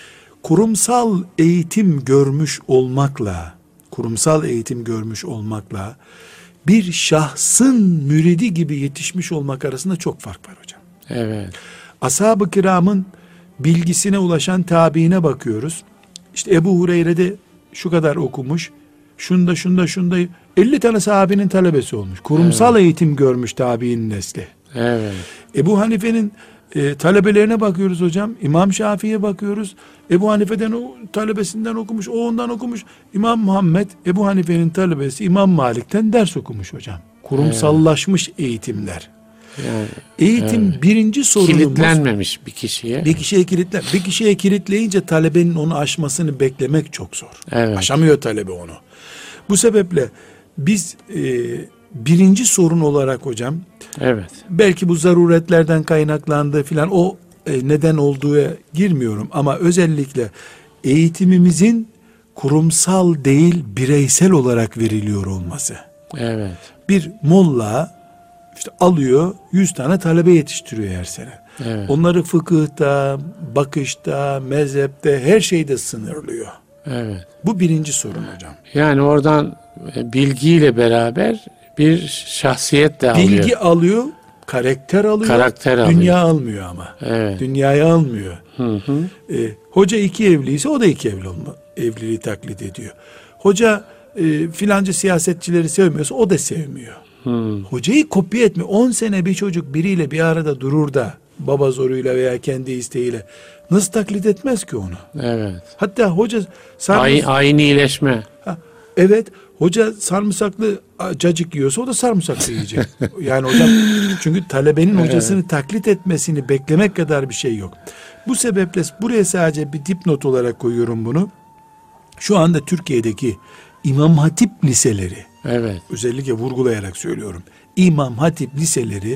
Speaker 2: Kurumsal eğitim görmüş olmakla, kurumsal eğitim görmüş olmakla bir şahsın müridi gibi yetişmiş olmak arasında çok fark var hocam.
Speaker 1: Evet.
Speaker 2: Ashab-ı kiramın bilgisine ulaşan tabiine bakıyoruz. İşte Ebu Hureyre de şu kadar okumuş, şunda şunda şunda elli tane sahabenin talebesi olmuş. Kurumsal evet. eğitim görmüş tabiinin nesli.
Speaker 1: Evet.
Speaker 2: Ebu Hanife'nin e, talebelerine bakıyoruz hocam. İmam Şafii'ye bakıyoruz. Ebu Hanife'den o talebesinden okumuş, o ondan okumuş. İmam Muhammed, Ebu Hanife'nin talebesi İmam Malik'ten ders okumuş hocam. Kurumsallaşmış evet. eğitimler.
Speaker 1: Yani,
Speaker 2: eğitim evet. birinci sorunumuz.
Speaker 1: Kilitlenmemiş bir kişiye.
Speaker 2: Bir kişiye kilitlen. Bir kişiye kilitleyince talebenin onu aşmasını beklemek çok zor.
Speaker 1: Evet.
Speaker 2: Aşamıyor talebe onu. Bu sebeple biz e, birinci sorun olarak hocam,
Speaker 1: Evet.
Speaker 2: belki bu zaruretlerden kaynaklandığı filan, o e, neden olduğuya girmiyorum ama özellikle eğitimimizin kurumsal değil bireysel olarak veriliyor olması.
Speaker 1: Evet.
Speaker 2: Bir molla işte alıyor yüz tane talebe yetiştiriyor her sene.
Speaker 1: Evet.
Speaker 2: Onları fıkıhta, bakışta, mezhepte, her şeyde sınırlıyor.
Speaker 1: Evet.
Speaker 2: Bu birinci sorun hocam.
Speaker 1: Yani oradan e, bilgiyle beraber bir şahsiyet de alıyor.
Speaker 2: Bilgi alıyor, karakter alıyor,
Speaker 1: Karakter alıyor.
Speaker 2: dünya almıyor ama.
Speaker 1: Evet.
Speaker 2: Dünyayı almıyor.
Speaker 1: Hı hı.
Speaker 2: Ee, hoca iki evliyse o da iki evli olma, evliliği taklit ediyor. Hoca e, filanca siyasetçileri sevmiyorsa o da sevmiyor.
Speaker 1: Hı.
Speaker 2: Hocayı kopya etme. on sene bir çocuk biriyle bir arada durur da baba zoruyla veya kendi isteğiyle nasıl taklit etmez ki onu?
Speaker 1: Evet.
Speaker 2: Hatta hoca sarımsak,
Speaker 1: Ay, aynileşme.
Speaker 2: ha, evet, hoca sarımsaklı cacık yiyorsa o da sarımsaklı yiyecek. Yani hocam, çünkü talebenin hocasını taklit etmesini beklemek kadar bir şey yok. Bu sebeple buraya sadece bir dipnot olarak koyuyorum bunu. Şu anda Türkiye'deki İmam Hatip liseleri,
Speaker 1: Evet.
Speaker 2: özellikle vurgulayarak söylüyorum, İmam Hatip liseleri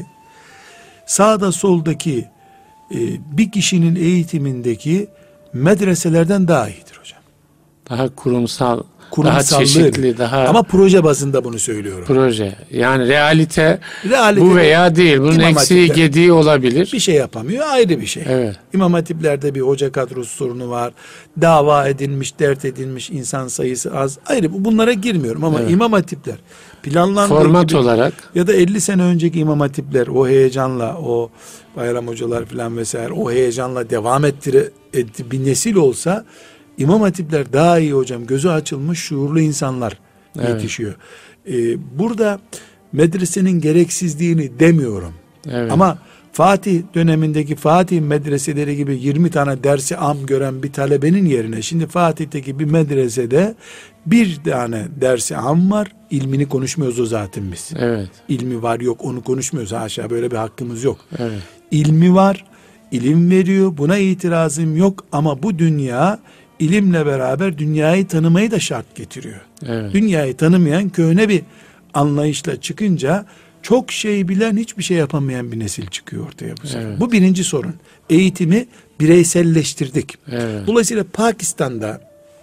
Speaker 2: sağda soldaki e, bir kişinin eğitimindeki medreselerden daha iyidir hocam.
Speaker 1: Daha kurumsal, daha
Speaker 2: Kurumsallığı,
Speaker 1: çeşitli, daha
Speaker 2: ama proje bazında bunu söylüyorum.
Speaker 1: proje. Yani realite,
Speaker 2: Realite
Speaker 1: bu veya değil. Bunun
Speaker 2: İmam
Speaker 1: eksiği,
Speaker 2: Hatipler-
Speaker 1: gediği olabilir.
Speaker 2: Bir şey yapamıyor, ayrı bir şey.
Speaker 1: Evet.
Speaker 2: İmam Hatiplerde bir hoca kadrosu sorunu var. Dava edilmiş, dert edilmiş insan sayısı az. Ayrı, bunlara girmiyorum ama
Speaker 1: Evet.
Speaker 2: İmam Hatipler planlandığı
Speaker 1: Format
Speaker 2: gibi,
Speaker 1: olarak.
Speaker 2: ya da elli sene önceki İmam Hatipler o heyecanla, o Bayram hocalar falan vesaire o heyecanla devam ettire, etti, bir nesil olsa İmam Hatipler daha iyi hocam. Gözü açılmış şuurlu insanlar
Speaker 1: Evet.
Speaker 2: yetişiyor. Ee, burada medresenin gereksizliğini demiyorum.
Speaker 1: Evet.
Speaker 2: Ama Fatih dönemindeki Fatih medreseleri gibi yirmi tane dersi am gören bir talebenin yerine şimdi Fatih'teki bir medresede bir tane dersi am var. İlmini konuşmuyoruz o zaten biz.
Speaker 1: Evet.
Speaker 2: İlmi var yok onu konuşmuyoruz. Haşa, böyle bir hakkımız yok.
Speaker 1: Evet.
Speaker 2: İlmi var, ilim veriyor. Buna itirazım yok ama bu dünya ilimle beraber dünyayı tanımayı da şart getiriyor.
Speaker 1: Evet.
Speaker 2: Dünyayı tanımayan köhne bir anlayışla çıkınca çok şey bilen, hiçbir şey yapamayan bir nesil çıkıyor ortaya bu sefer.
Speaker 1: Evet.
Speaker 2: Bu birinci sorun. Eğitimi bireyselleştirdik.
Speaker 1: Evet.
Speaker 2: Dolayısıyla Pakistan'da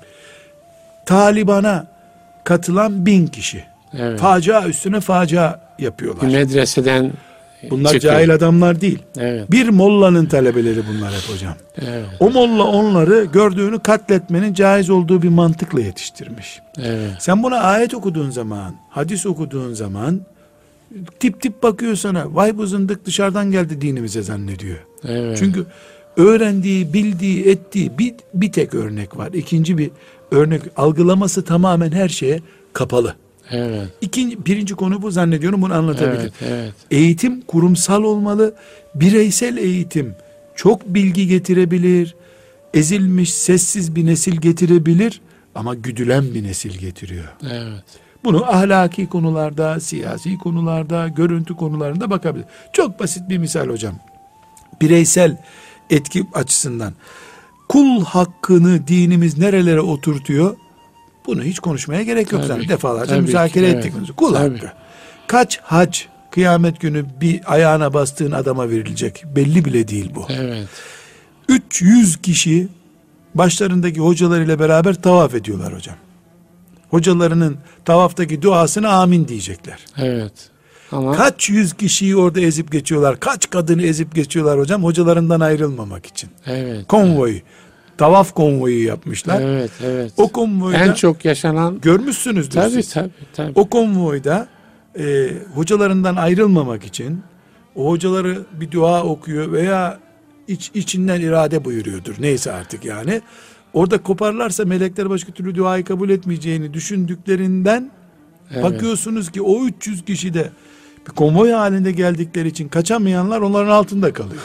Speaker 2: Taliban'a katılan bin kişi.
Speaker 1: Evet.
Speaker 2: Facia üstüne facia yapıyorlar.
Speaker 1: Bir medreseden
Speaker 2: Bunlar
Speaker 1: çıkıyor.
Speaker 2: cahil adamlar değil.
Speaker 1: Evet.
Speaker 2: Bir mollanın talebeleri bunlar hep hocam.
Speaker 1: Evet.
Speaker 2: O molla onları gördüğünü katletmenin caiz olduğu bir mantıkla yetiştirmiş.
Speaker 1: Evet.
Speaker 2: Sen buna ayet okuduğun zaman, hadis okuduğun zaman tip tip bakıyor sana. Vay bu zındık dışarıdan geldi dinimize zannediyor.
Speaker 1: Evet.
Speaker 2: Çünkü öğrendiği, bildiği, ettiği bir, bir tek örnek var. İkinci bir örnek, algılaması tamamen her şeye kapalı.
Speaker 1: Evet.
Speaker 2: İkinci, birinci konu bu, zannediyorum bunu anlatabilirim.
Speaker 1: Evet. Evet.
Speaker 2: Eğitim kurumsal olmalı. Bireysel eğitim çok bilgi getirebilir. Ezilmiş, sessiz bir nesil getirebilir. Ama güdülen bir nesil getiriyor.
Speaker 1: Evet.
Speaker 2: Bunu ahlaki konularda, siyasi konularda, görüntü konularında bakabilir. Çok basit bir misal hocam. Bireysel etki açısından. Kul hakkını dinimiz nerelere oturtuyor? Bunu hiç konuşmaya gerek yok.
Speaker 1: Tabii
Speaker 2: Zaten
Speaker 1: ki,
Speaker 2: defalarca
Speaker 1: tabii
Speaker 2: müzakere
Speaker 1: ki,
Speaker 2: ettik.
Speaker 1: evet.
Speaker 2: Kul
Speaker 1: Tabii.
Speaker 2: hakkı. Kaç hac kıyamet günü bir ayağına bastığın adama verilecek? Belli bile değil bu.
Speaker 1: Evet.
Speaker 2: üç yüz kişi başlarındaki hocalarıyla beraber tavaf ediyorlar hocam. Hocalarının tavaftaki duasına amin diyecekler.
Speaker 1: Evet. Ama
Speaker 2: Kaç yüz kişiyi orada ezip geçiyorlar. Kaç kadını ezip geçiyorlar hocam, hocalarından ayrılmamak için.
Speaker 1: evet.
Speaker 2: Konvoyu, tavaf konvoyu yapmışlar.
Speaker 1: Evet, evet.
Speaker 2: O konvoyda
Speaker 1: En çok yaşanan
Speaker 2: görmüşsünüzdür
Speaker 1: tabii
Speaker 2: siz.
Speaker 1: tabii tabii.
Speaker 2: O konvoyda e, hocalarından ayrılmamak için o hocaları bir dua okuyor veya iç, içinden irade buyuruyordur. Neyse artık yani. Orada koparlarsa melekler başka türlü duayı kabul etmeyeceğini düşündüklerinden
Speaker 1: Evet.
Speaker 2: bakıyorsunuz ki o üç yüz kişi de bir konvoy halinde geldikleri için kaçamayanlar onların altında kalıyor.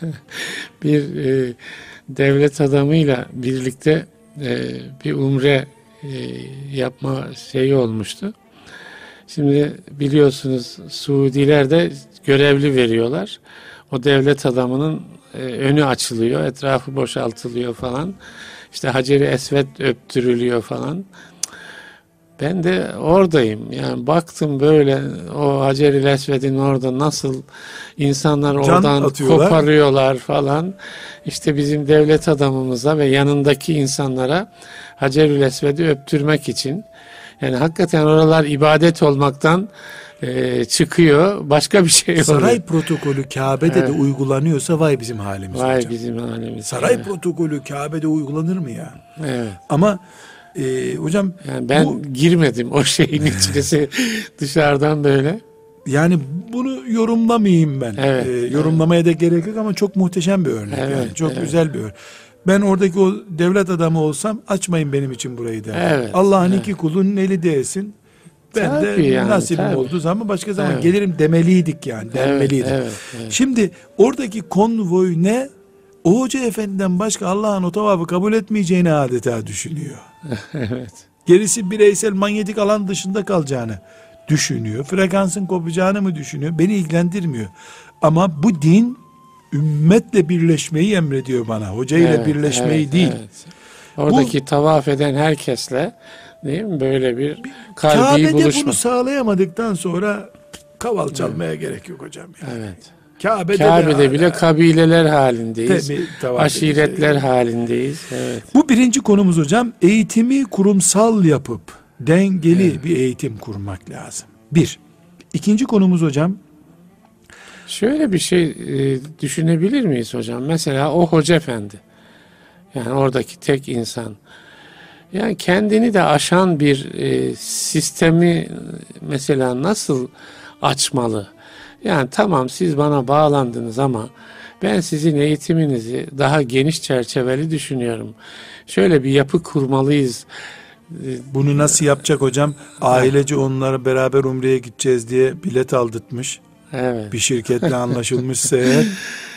Speaker 1: Bir e, devlet adamıyla birlikte e, bir umre e, yapma şeyi olmuştu. Şimdi biliyorsunuz Suudiler de görevli veriyorlar. O devlet adamının e, önü açılıyor, etrafı boşaltılıyor falan. İşte Hacer-i Esved öptürülüyor falan. Ben de oradayım. Yani baktım böyle o Hacer-i Esved'in orada nasıl insanlar
Speaker 2: Can
Speaker 1: oradan
Speaker 2: atıyorlar.
Speaker 1: koparıyorlar falan. İşte bizim devlet adamımıza ve yanındaki insanlara Hacer-i Esved'i öptürmek için. Yani hakikaten oralar ibadet olmaktan e, çıkıyor. Başka bir şey oluyor.
Speaker 2: Saray protokolü Kabe'de
Speaker 1: Evet.
Speaker 2: de uygulanıyorsa vay bizim halimiz
Speaker 1: Vay
Speaker 2: hocam.
Speaker 1: bizim halimiz.
Speaker 2: Saray
Speaker 1: Evet.
Speaker 2: protokolü Kabe'de uygulanır mı ya?
Speaker 1: Evet.
Speaker 2: Ama e, hocam
Speaker 1: Yani ben
Speaker 2: bu,
Speaker 1: girmedim o şeyin içine dışarıdan böyle.
Speaker 2: yani bunu yorumlamayayım ben.
Speaker 1: Evet,
Speaker 2: E, yorumlamaya
Speaker 1: evet.
Speaker 2: da gerek yok ama çok muhteşem bir örnek.
Speaker 1: Evet,
Speaker 2: yani. Çok
Speaker 1: evet.
Speaker 2: güzel bir örnek. Ben oradaki o devlet adamı olsam açmayın benim için burayı der.
Speaker 1: Evet,
Speaker 2: Allah'ın
Speaker 1: evet.
Speaker 2: iki kulunun eli değsin. Ben
Speaker 1: Tabii
Speaker 2: de
Speaker 1: yani,
Speaker 2: nasibim
Speaker 1: tabii.
Speaker 2: olduğu zaman başka zaman
Speaker 1: Evet.
Speaker 2: gelirim demeliydik yani. Denmeliydik.
Speaker 1: Evet, evet.
Speaker 2: Şimdi oradaki konvoy ne? O hoca efendiden başka Allah'ın o tavafı kabul etmeyeceğini adeta düşünüyor.
Speaker 1: Evet.
Speaker 2: Gerisi bireysel manyetik alan dışında kalacağını düşünüyor. Frekansın kopacağını mı düşünüyor? Beni ilgilendirmiyor. Ama bu din ümmetle birleşmeyi emrediyor bana. Hocayla
Speaker 1: Evet,
Speaker 2: birleşmeyi
Speaker 1: evet,
Speaker 2: değil.
Speaker 1: evet. Oradaki tavaf eden herkesle değil mi böyle bir kalbi
Speaker 2: Kabe'de
Speaker 1: buluşma.
Speaker 2: bunu sağlayamadıktan sonra kaval çalmaya gerek yok hocam. Yani.
Speaker 1: Evet.
Speaker 2: Kabe'de,
Speaker 1: Kabe'de
Speaker 2: de
Speaker 1: bile kabileler halindeyiz.
Speaker 2: Tabii, tavaf
Speaker 1: Aşiretler
Speaker 2: edeceğiz.
Speaker 1: halindeyiz. Evet.
Speaker 2: Bu birinci konumuz hocam. Eğitimi kurumsal yapıp dengeli evet. bir eğitim kurmak lazım. Bir. İkinci konumuz hocam.
Speaker 1: Şöyle bir şey e, düşünebilir miyiz hocam? Mesela o hoca efendi. Yani oradaki tek insan. Yani kendini de aşan bir e, sistemi mesela nasıl açmalı? Yani tamam siz bana bağlandınız ama ben sizin eğitiminizi daha geniş çerçeveli düşünüyorum. Şöyle bir yapı kurmalıyız.
Speaker 2: Bunu nasıl yapacak hocam? Ailece onlara beraber Umre'ye gideceğiz diye bilet aldırtmış.
Speaker 1: Evet.
Speaker 2: Bir şirketle anlaşılmışsa eğer.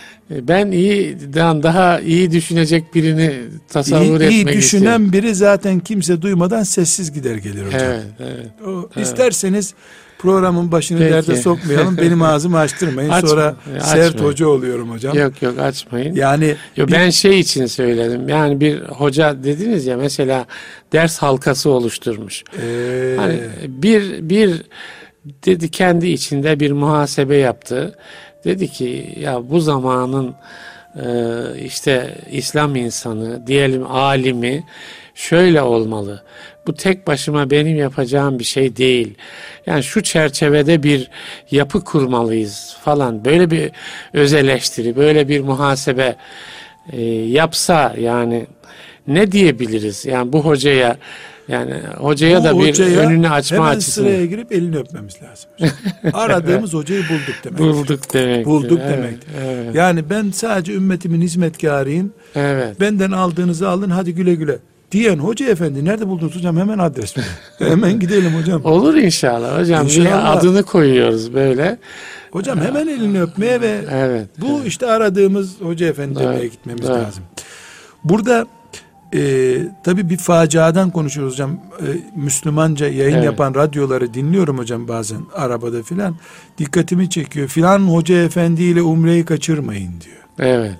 Speaker 1: Ben iyiden daha iyi düşünecek birini tasavvur
Speaker 2: iyi, iyi
Speaker 1: etmek
Speaker 2: düşünen
Speaker 1: istiyorum.
Speaker 2: biri zaten kimse duymadan sessiz gider gelir hocam.
Speaker 1: Evet, evet.
Speaker 2: O,
Speaker 1: Evet.
Speaker 2: İsterseniz programın başını
Speaker 1: Peki.
Speaker 2: derde sokmayalım. Benim ağzımı açtırmayın.
Speaker 1: Açma,
Speaker 2: Sonra
Speaker 1: açmayın.
Speaker 2: sert hoca oluyorum hocam.
Speaker 1: Yok yok açmayın.
Speaker 2: Yani
Speaker 1: Yo,
Speaker 2: bir-
Speaker 1: ben şey için söyledim. Yani bir hoca dediniz ya mesela ders halkası oluşturmuş.
Speaker 2: Ee,
Speaker 1: Hani bir bir dedi kendi içinde bir muhasebe yaptı. Dedi ki ya bu zamanın e, işte İslam insanı diyelim alimi şöyle olmalı. Bu tek başıma benim yapacağım bir şey değil. Yani şu çerçevede bir yapı kurmalıyız falan. Böyle bir öz eleştiri, böyle bir muhasebe e, yapsa yani ne diyebiliriz? Yani bu hocaya yani hocaya
Speaker 2: bu
Speaker 1: da bir
Speaker 2: hocaya
Speaker 1: önünü açma
Speaker 2: hemen
Speaker 1: açısından
Speaker 2: sıraya girip elini öpmemiz lazım. Aradığımız hocayı bulduk demek.
Speaker 1: bulduk demek.
Speaker 2: Bulduk
Speaker 1: evet,
Speaker 2: demek.
Speaker 1: Evet,
Speaker 2: Yani ben sadece ümmetimin hizmetkarıyım.
Speaker 1: evet.
Speaker 2: Benden aldığınızı alın hadi güle güle. Diyen hoca efendi nerede buldunuz hocam? Hemen adres verin. Hemen gidelim hocam.
Speaker 1: Olur inşallah hocam. Bir
Speaker 2: İnşallah.
Speaker 1: adını koyuyoruz böyle.
Speaker 2: Hocam hemen elini öpmeye ve
Speaker 1: Evet.
Speaker 2: bu işte aradığımız hoca efendi demeye
Speaker 1: Evet,
Speaker 2: gitmemiz
Speaker 1: evet.
Speaker 2: lazım. Burada e, tabii bir faciadan konuşuyoruz hocam. E, Müslümanca yayın
Speaker 1: Evet.
Speaker 2: yapan radyoları dinliyorum hocam bazen arabada filan. Dikkatimi çekiyor. Filan hoca efendiyle umreyi kaçırmayın diyor.
Speaker 1: Evet.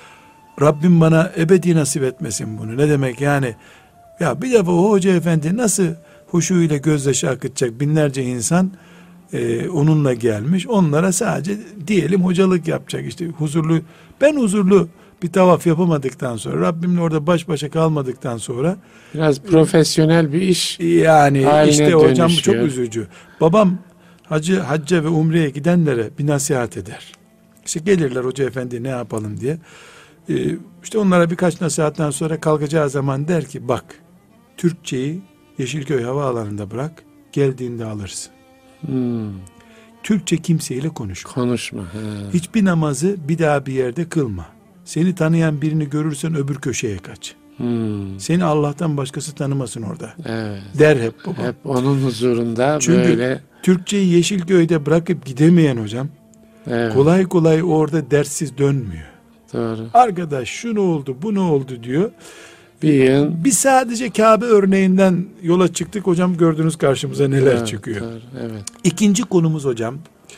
Speaker 2: Rabbim bana ebedi nasip etmesin bunu. Ne demek yani? Ya bir defa o hoca efendi nasıl huşuyla gözyaşı akıtacak binlerce insan e, onunla gelmiş. Onlara sadece diyelim hocalık yapacak işte huzurlu. Ben huzurlu bir tavaf yapamadıktan sonra Rabbimle orada baş başa kalmadıktan sonra
Speaker 1: Biraz profesyonel bir iş.
Speaker 2: yani
Speaker 1: Haline
Speaker 2: işte hocam bu çok
Speaker 1: dönüşüyor.
Speaker 2: üzücü. Babam hacı, hacca ve umreye gidenlere bir nasihat eder. İşte gelirler hoca efendi ne yapalım diye. Ee, işte onlara birkaç nasihatten sonra kalkacağı zaman der ki bak Türkçeyi Yeşilköy Havaalanı'nda bırak geldiğinde alırsın.
Speaker 1: Hmm,
Speaker 2: Türkçe kimseyle konuşma.
Speaker 1: konuşma. Ha.
Speaker 2: Hiçbir namazı bir daha bir yerde kılma. Seni tanıyan birini görürsen öbür köşeye kaç.
Speaker 1: Hmm,
Speaker 2: Seni Allah'tan başkası tanımasın orada.
Speaker 1: evet.
Speaker 2: Der hep baba.
Speaker 1: Hep onun huzurunda
Speaker 2: Çünkü
Speaker 1: böyle.
Speaker 2: Türkçeyi Yeşilköy'de bırakıp gidemeyen hocam
Speaker 1: Evet,
Speaker 2: kolay kolay orada derssiz dönmüyor.
Speaker 1: doğru.
Speaker 2: Arkadaş şu ne oldu bu ne oldu diyor.
Speaker 1: Bir yıl.
Speaker 2: Biz sadece Kabe örneğinden yola çıktık hocam gördünüz karşımıza neler
Speaker 1: Doğru,
Speaker 2: çıkıyor.
Speaker 1: doğru, evet.
Speaker 2: İkinci konumuz hocam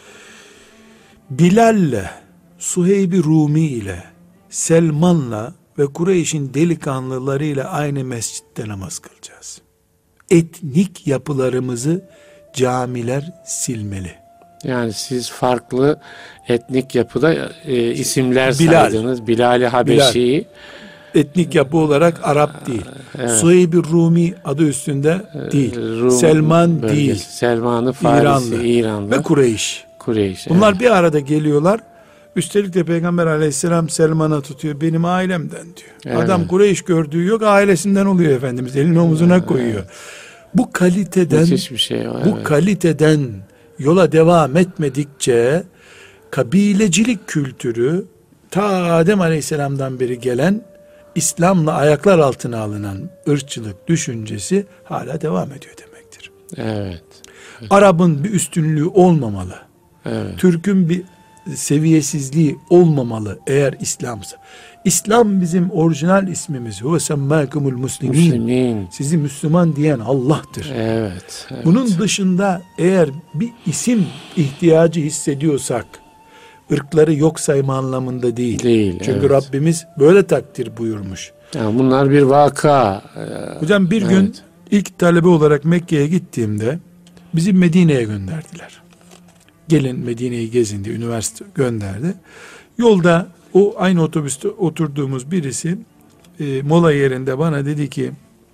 Speaker 2: Bilal'le Suheyb-i Rumi ile Selman'la ve Kureyş'in delikanlılarıyla aynı mescitte namaz kılacağız. etnik yapılarımızı camiler silmeli.
Speaker 1: Yani siz farklı etnik yapıda e, isimler
Speaker 2: Bilal.
Speaker 1: saydınız. Bilal-i Habeşi.
Speaker 2: Etnik yapı olarak Arap değil.
Speaker 1: Evet.
Speaker 2: Suheyb-i Rumi adı üstünde değil.
Speaker 1: Rum
Speaker 2: Selman
Speaker 1: bölgesi.
Speaker 2: değil.
Speaker 1: Selman-ı Farisi,
Speaker 2: İranlı.
Speaker 1: İranlı.
Speaker 2: Ve Kureyş.
Speaker 1: Kureyş.
Speaker 2: Bunlar
Speaker 1: evet.
Speaker 2: bir arada geliyorlar. Üstelik de Peygamber aleyhisselam Selman'a tutuyor. Benim ailemden diyor.
Speaker 1: Evet.
Speaker 2: Adam Kureyş gördüğü yok, ailesinden oluyor Efendimiz. Elini omuzuna koyuyor. Bu kaliteden
Speaker 1: Müthiş bir şey o,
Speaker 2: bu
Speaker 1: evet.
Speaker 2: kaliteden yola devam etmedikçe kabilecilik kültürü ta Adem aleyhisselamdan beri gelen İslam'la ayaklar altına alınan ırkçılık düşüncesi hala devam ediyor demektir.
Speaker 1: Evet.
Speaker 2: Arap'ın bir üstünlüğü olmamalı.
Speaker 1: Evet.
Speaker 2: Türk'ün bir seviyesizliği olmamalı eğer İslam'sa. İslam bizim orijinal ismimiz. Huve semmâkumul muslimin.
Speaker 1: Müslümin.
Speaker 2: Sizi Müslüman diyen Allah'tır.
Speaker 1: Evet, evet.
Speaker 2: Bunun dışında eğer bir isim ihtiyacı hissediyorsak, ırkları yok sayma anlamında değil.
Speaker 1: Değil,
Speaker 2: Çünkü
Speaker 1: evet.
Speaker 2: Rabbimiz böyle takdir buyurmuş.
Speaker 1: Yani bunlar bir vaka.
Speaker 2: Hocam bir gün
Speaker 1: Evet.
Speaker 2: ilk talebe olarak Mekke'ye gittiğimde bizi Medine'ye gönderdiler. Gelin Medine'yi gezin diye üniversite gönderdi. Yolda o aynı otobüste oturduğumuz birisi e, mola yerinde bana dedi ki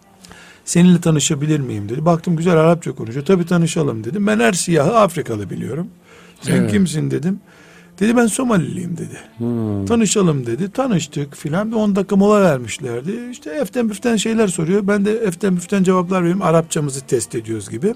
Speaker 2: seninle tanışabilir miyim dedi. Baktım güzel Arapça konuşuyor. Tabii tanışalım dedim. Ben her siyahı Afrikalı biliyorum. Sen
Speaker 1: Evet.
Speaker 2: kimsin dedim. Dedi ben Somaliliyim dedi.
Speaker 1: Hmm.
Speaker 2: Tanışalım dedi. Tanıştık filan. Bir on dakika mola vermişlerdi. İşte eften büften şeyler soruyor. Ben de eften büften cevaplar veriyorum. Arapçamızı test ediyoruz gibi.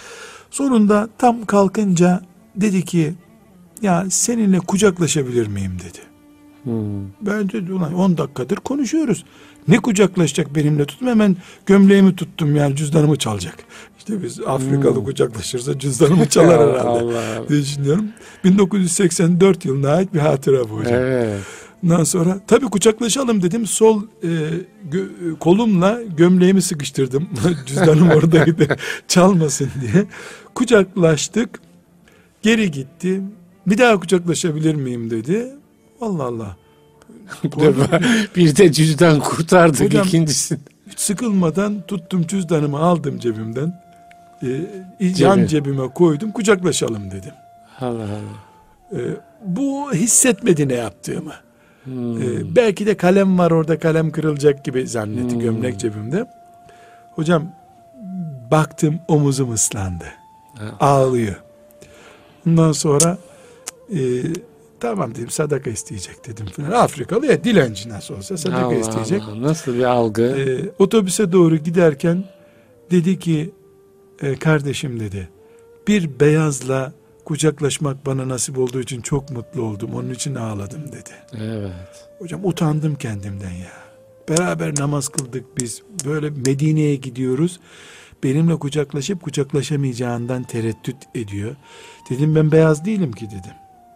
Speaker 2: Sonunda tam kalkınca dedi ki ya seninle kucaklaşabilir miyim dedi.
Speaker 1: Hmm.
Speaker 2: Ben de ulan on dakikadır konuşuyoruz. Ne kucaklaşacak benimle tuttum, hemen gömleğimi tuttum yani cüzdanımı çalacak. İşte biz Afrikalı
Speaker 1: Hmm.
Speaker 2: kucaklaşırsa cüzdanımı çalar herhalde
Speaker 1: Allah Allah.
Speaker 2: diye düşünüyorum. bin dokuz yüz seksen dört yılına ait bir hatıra bu hocam.
Speaker 1: Evet.
Speaker 2: Ondan sonra tabii kucaklaşalım dedim. Sol e, gö- kolumla gömleğimi sıkıştırdım. Cüzdanım oradaydı çalmasın diye. Kucaklaştık. Geri gitti. Bir daha kucaklaşabilir miyim dedi. Allah Allah.
Speaker 1: Bir defa bir de cüzdan kurtardık
Speaker 2: Hocam,
Speaker 1: ikincisini.
Speaker 2: Hiç sıkılmadan tuttum cüzdanımı aldım cebimden. E, yan
Speaker 1: Cebi.
Speaker 2: cebime koydum. Kucaklaşalım dedim.
Speaker 1: Allah Allah.
Speaker 2: E, bu hissetmedi ne yaptığımı.
Speaker 1: Hmm.
Speaker 2: Ee, belki de kalem var orada, kalem kırılacak gibi zannetti
Speaker 1: Hmm.
Speaker 2: gömlek cebimde. Hocam baktım omuzum ıslandı.
Speaker 1: Ha.
Speaker 2: Ağlıyor. Ondan sonra e, tamam dedim sadaka isteyecek dedim falan. Afrikalı ya dilenci nasıl olsa sadaka
Speaker 1: Allah
Speaker 2: isteyecek.
Speaker 1: Allah. Nasıl bir algı?
Speaker 2: Ee, otobüse doğru giderken dedi ki e, kardeşim dedi bir beyazla kucaklaşmak bana nasip olduğu için çok mutlu oldum. Onun için ağladım dedi.
Speaker 1: Evet.
Speaker 2: Hocam utandım kendimden ya. Beraber namaz kıldık biz. Böyle Medine'ye gidiyoruz. Benimle kucaklaşıp kucaklaşamayacağından tereddüt ediyor. Dedim ben beyaz değilim ki dedim.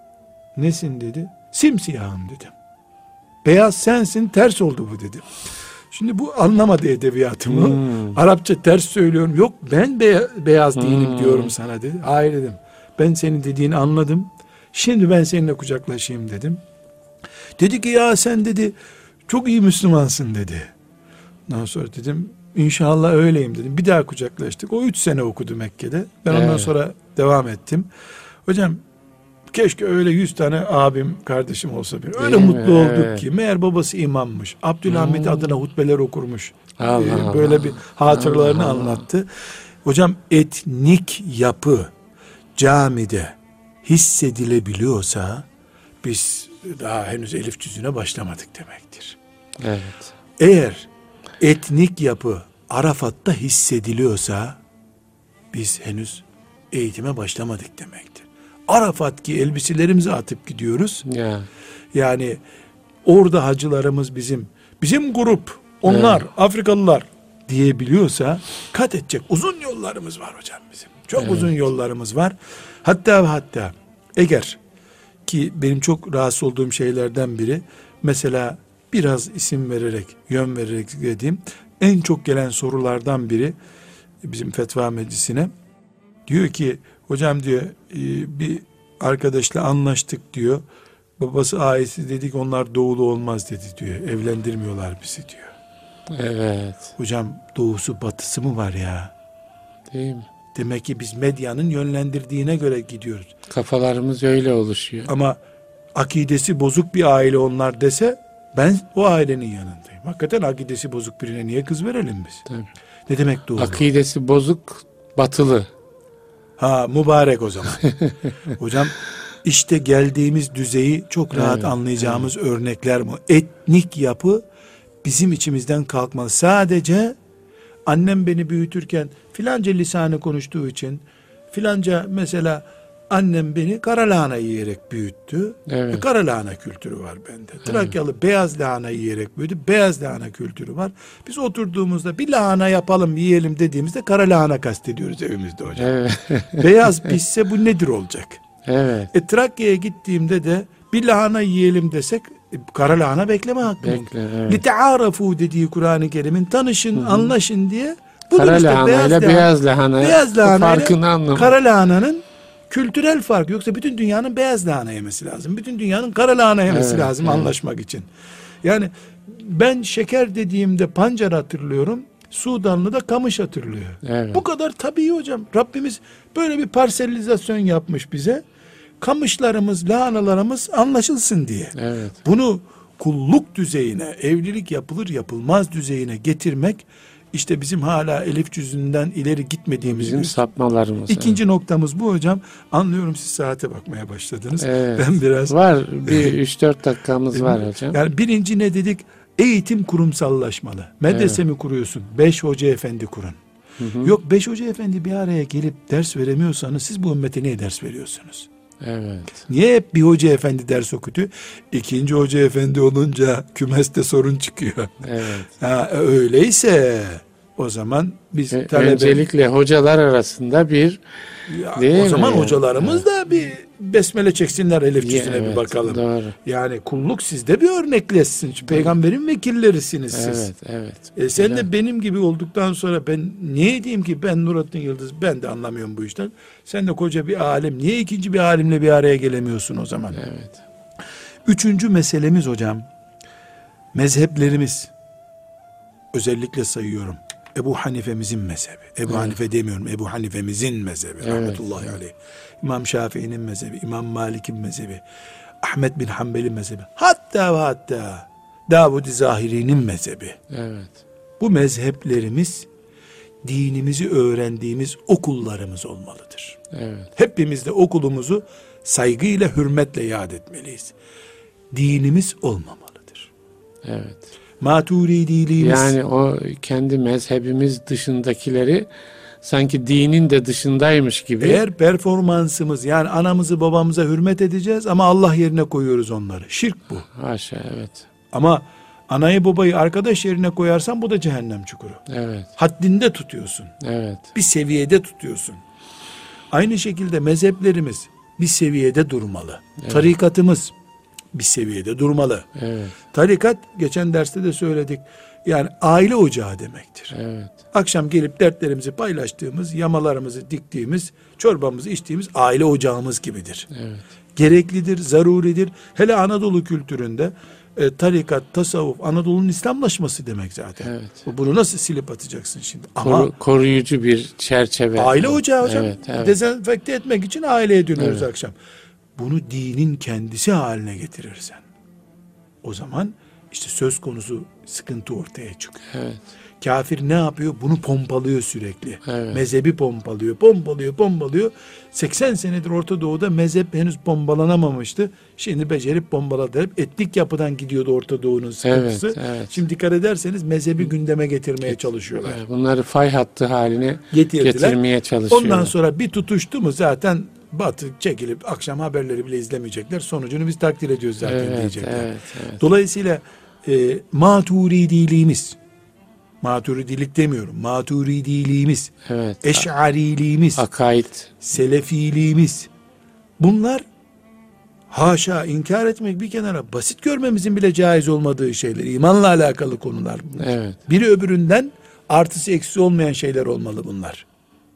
Speaker 2: Nesin dedi. Simsiyahım dedim. Beyaz sensin, ters oldu bu dedim. Şimdi bu anlamadı edebiyatımı.
Speaker 1: Hmm.
Speaker 2: Arapça ters söylüyorum. Yok ben beya- beyaz değilim
Speaker 1: Hmm.
Speaker 2: diyorum sana dedi. Hayır dedim. Ben senin dediğini anladım. Şimdi ben seninle kucaklaşayım dedim. Dedi ki ya sen dedi çok iyi Müslümansın dedi. Ondan sonra dedim inşallah öyleyim dedim. Bir daha kucaklaştık. O üç sene okudu Mekke'de. Ben ondan
Speaker 1: Evet.
Speaker 2: sonra devam ettim. Hocam keşke öyle yüz tane abim kardeşim olsa bir. Öyle
Speaker 1: Değil
Speaker 2: mutlu
Speaker 1: mi?
Speaker 2: olduk
Speaker 1: Evet.
Speaker 2: ki. Meğer babası imammış. Abdülhamit
Speaker 1: Hmm.
Speaker 2: adına hutbeler okurmuş.
Speaker 1: Allah
Speaker 2: Ee,
Speaker 1: Allah.
Speaker 2: böyle bir hatıralarını
Speaker 1: Allah Allah.
Speaker 2: anlattı. Hocam etnik yapı camide hissedilebiliyorsa biz daha henüz elif cüzüne başlamadık demektir.
Speaker 1: Evet.
Speaker 2: Eğer etnik yapı Arafat'ta hissediliyorsa biz henüz eğitime başlamadık demektir. Arafat ki elbiselerimizi atıp gidiyoruz.
Speaker 1: Ya.
Speaker 2: Yani orada hacılarımız bizim bizim grup onlar
Speaker 1: Evet.
Speaker 2: Afrikalılar diyebiliyorsa kat edecek uzun yollarımız var hocam bizim. Çok
Speaker 1: Evet.
Speaker 2: uzun yollarımız var. Hatta ve hatta eğer ki benim çok rahatsız olduğum şeylerden biri mesela biraz isim vererek yön vererek dediğim en çok gelen sorulardan biri bizim fetva meclisine diyor ki hocam diyor e, bir arkadaşla anlaştık diyor. Babası ailesi dedik onlar doğulu olmaz dedi diyor. Evlendirmiyorlar bizi diyor.
Speaker 1: Evet.
Speaker 2: Hocam doğusu batısı mı var ya?
Speaker 1: Değil mi?
Speaker 2: Demek ki biz medyanın yönlendirdiğine göre gidiyoruz.
Speaker 1: Kafalarımız öyle oluşuyor.
Speaker 2: Ama akidesi bozuk bir aile onlar dese ben o ailenin yanındayım. Hakikaten akidesi bozuk birine niye kız verelim biz?
Speaker 1: Tabii.
Speaker 2: Ne demek doğru?
Speaker 1: Akidesi bozuk, batılı.
Speaker 2: Ha, mübarek o zaman. Hocam işte geldiğimiz düzeyi çok rahat
Speaker 1: Evet,
Speaker 2: anlayacağımız evet. örnekler bu. Etnik yapı bizim içimizden kalkmalı. Sadece annem beni büyütürken filanca lisanı konuştuğu için, filanca mesela annem beni kara lahana yiyerek büyüttü.
Speaker 1: Evet.
Speaker 2: E, kara lahana kültürü var bende. Trakyalı evet. beyaz lahana yiyerek büyüdü. Beyaz lahana kültürü var. Biz oturduğumuzda bir lahana yapalım yiyelim dediğimizde kara lahana kastediyoruz evimizde hocam. Evet. Beyaz pişse bu nedir olacak? Evet. E, Trakya'ya gittiğimde de bir lahana yiyelim desek e, kara lahana bekleme hakkımız. Bekle, evet. Lite'arafu dediği Kur'an-ı Kerim'in tanışın, Hı-hı. anlaşın diye.
Speaker 1: Kara işte lahana beyaz ile lahana, beyaz lahana, beyaz lahana farkını anlamak.
Speaker 2: Kara lahananın kültürel fark, yoksa bütün dünyanın beyaz lahana yemesi lazım. Bütün dünyanın kara lahana yemesi evet, lazım evet. anlaşmak için. Yani ben şeker dediğimde pancar hatırlıyorum. Sudanlı da kamış hatırlıyor. Evet. Bu kadar tabii hocam. Rabbimiz böyle bir parsellizasyon yapmış bize. Kamışlarımız, lahanalarımız anlaşılsın diye. Evet. Bunu kulluk düzeyine, evlilik yapılır yapılmaz düzeyine getirmek, İşte bizim hala elif cüzünden ileri gitmediğimiz
Speaker 1: bizim sapmalarımız.
Speaker 2: İkinci evet. noktamız bu hocam. Anlıyorum siz saate bakmaya başladınız.
Speaker 1: Evet.
Speaker 2: Ben biraz
Speaker 1: var bir üç dört dakikamız var hocam.
Speaker 2: Yani birinci ne dedik? Eğitim kurumsallaşmalı. Medrese evet. mi kuruyorsun? Beş hoca efendi kurun. Hı hı. Yok beş hoca efendi bir araya gelip ders veremiyorsanız siz bu ümmete niye ders veriyorsunuz? Evet. Niye hep bir hoca efendi ders okutuyor? İkinci hoca efendi olunca kümeste sorun çıkıyor. Evet. Ha, öyleyse o zaman biz
Speaker 1: e, talebe... öncelikle hocalar arasında bir
Speaker 2: ya, değil o zaman mi? Hocalarımız evet. da bir besmele çeksinler elif cüzüne evet, bir bakalım. Doğru. Yani kulluk sizde bir örnekleşsin. Çünkü peygamberin vekillerisiniz siz. Evet, evet. E, sen Güzel. de benim gibi olduktan sonra ben niye diyeyim ki ben Nurattin Yıldız, ben de anlamıyorum bu işten. Sen de koca bir alim. Niye ikinci bir alimle bir araya gelemiyorsun o zaman? Evet. Üçüncü meselemiz hocam, mezheplerimiz, özellikle sayıyorum. Ebu Hanife'mizin mezhebi. Ebu evet. Hanife demiyorum. Ebu Hanife'mizin mezhebi. Evet. Rahmetullahi aleyh. İmam Şafii'nin mezhebi. İmam Malik'in mezhebi. Ahmet bin Hanbel'in mezhebi. Hatta ve hatta Davud-i Zahiri'nin mezhebi. Evet. Bu mezheplerimiz dinimizi öğrendiğimiz okullarımız olmalıdır. Evet. Hepimiz de okulumuzu saygıyla, hürmetle yad etmeliyiz. Dinimiz olmamalıdır. Evet. Maturidiliğimiz.
Speaker 1: Yani o kendi mezhebimiz dışındakileri sanki dinin de dışındaymış gibi.
Speaker 2: Eğer performansımız, yani anamızı babamıza hürmet edeceğiz ama Allah yerine koyuyoruz onları. Şirk bu.
Speaker 1: Haşa, evet.
Speaker 2: Ama anayı babayı arkadaş yerine koyarsan bu da cehennem çukuru. Evet. Haddinde tutuyorsun. Evet. Bir seviyede tutuyorsun. Aynı şekilde mezheplerimiz bir seviyede durmalı. Evet. Tarikatımız bir seviyede durmalı. Evet. Tarikat, geçen derste de söyledik, yani aile ocağı demektir. Evet. Akşam gelip dertlerimizi paylaştığımız, yamalarımızı diktiğimiz, çorbamızı içtiğimiz aile ocağımız gibidir. Evet. Gereklidir, zaruridir. Hele Anadolu kültüründe e, tarikat, tasavvuf, Anadolu'nun İslamlaşması demek zaten. Evet. Bunu nasıl silip atacaksın şimdi?
Speaker 1: Koru, Ama koruyucu bir çerçeve.
Speaker 2: Aile ocağı hocam. Evet, evet. Dezenfekte etmek için aileye dönüyoruz evet. akşam. Bunu dinin kendisi haline getirirsen, o zaman işte söz konusu sıkıntı ortaya çıkıyor. Evet. Kafir ne yapıyor? Bunu pompalıyor sürekli. Evet. Mezhebi pompalıyor, pompalıyor, pompalıyor. seksen senedir Orta Doğu'da mezhep henüz bombalanamamıştı. Şimdi becerip bombaladı. Hep etnik yapıdan gidiyordu Orta Doğu'nun sıkıntısı. Evet, evet. Şimdi dikkat ederseniz mezhebi gündeme getirmeye evet. çalışıyorlar.
Speaker 1: Evet, bunları fay hattı haline Getirdiler. getirmeye çalışıyorlar.
Speaker 2: Ondan sonra bir tutuştu mu zaten Batı çekilip akşam haberleri bile izlemeyecekler. Sonucunu biz takdir ediyoruz zaten evet, diyecekler. Evet, evet. Dolayısıyla e, maturidiliğimiz, maturidilik demiyorum, maturidiliğimiz, evet, eş'ariliğimiz,
Speaker 1: akaid,
Speaker 2: selefiliğimiz, bunlar haşa inkar etmek bir kenara, basit görmemizin bile caiz olmadığı şeyler, imanla alakalı konular bunlar. Evet. Biri öbüründen artısı eksi olmayan şeyler olmalı bunlar.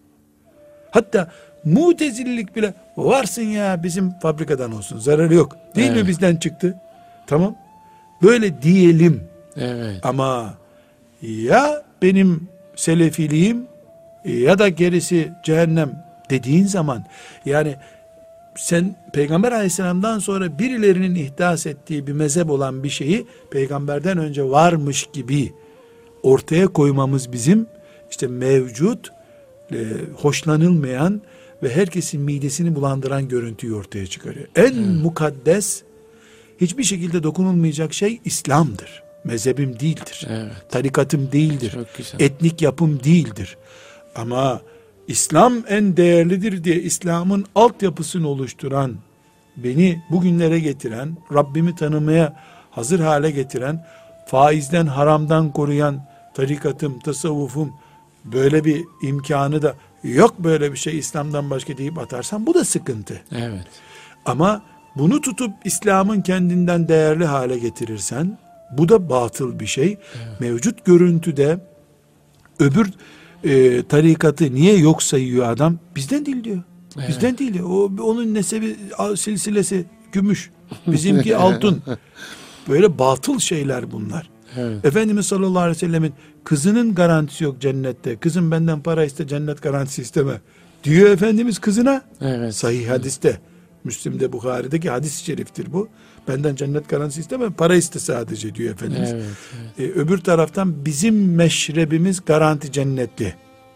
Speaker 2: Hatta Mutezililik bile varsın ya, bizim fabrikadan olsun, zararı yok. Değil evet. mi, bizden çıktı? Tamam. Böyle diyelim. Evet. Ama ya benim selefiliğim ya da gerisi cehennem dediğin zaman, yani sen Peygamber Aleyhisselam'dan sonra birilerinin ihdas ettiği bir mezhep olan bir şeyi peygamberden önce varmış gibi ortaya koymamız bizim işte mevcut, e, hoşlanılmayan ve herkesin midesini bulandıran görüntüyü ortaya çıkarıyor. En hmm. mukaddes, hiçbir şekilde dokunulmayacak şey İslam'dır. Mezhebim değildir.
Speaker 1: Evet.
Speaker 2: Tarikatım değildir. Etnik yapım değildir. Ama İslam en değerlidir diye İslam'ın altyapısını oluşturan, beni bugünlere getiren, Rabbimi tanımaya hazır hale getiren, faizden, haramdan koruyan tarikatım, tasavvufum, böyle bir imkanı da yok, böyle bir şey İslam'dan başka deyip atarsan bu da sıkıntı.
Speaker 1: Evet.
Speaker 2: Ama bunu tutup İslam'ın kendinden değerli hale getirirsen bu da batıl bir şey. Evet. Mevcut görüntüde öbür e, tarikatı niye yok sayıyor adam? Bizden değil diyor. Evet. Bizden değil diyor. O, onun nesebi, silsilesi gümüş. Bizimki altın. Böyle batıl şeyler bunlar. Evet. Efendimiz sallallahu aleyhi ve sellemin kızının garantisi yok cennette. Kızım benden para iste, cennet garantisi isteme diyor Efendimiz kızına. Evet. Sahih evet. hadiste. Müslim'de, Bukhari'deki hadis-i şeriftir bu. Benden cennet garantisi isteme, para iste sadece diyor Efendimiz. Evet, evet. Ee, öbür taraftan bizim meşrebimiz garanti cennetli.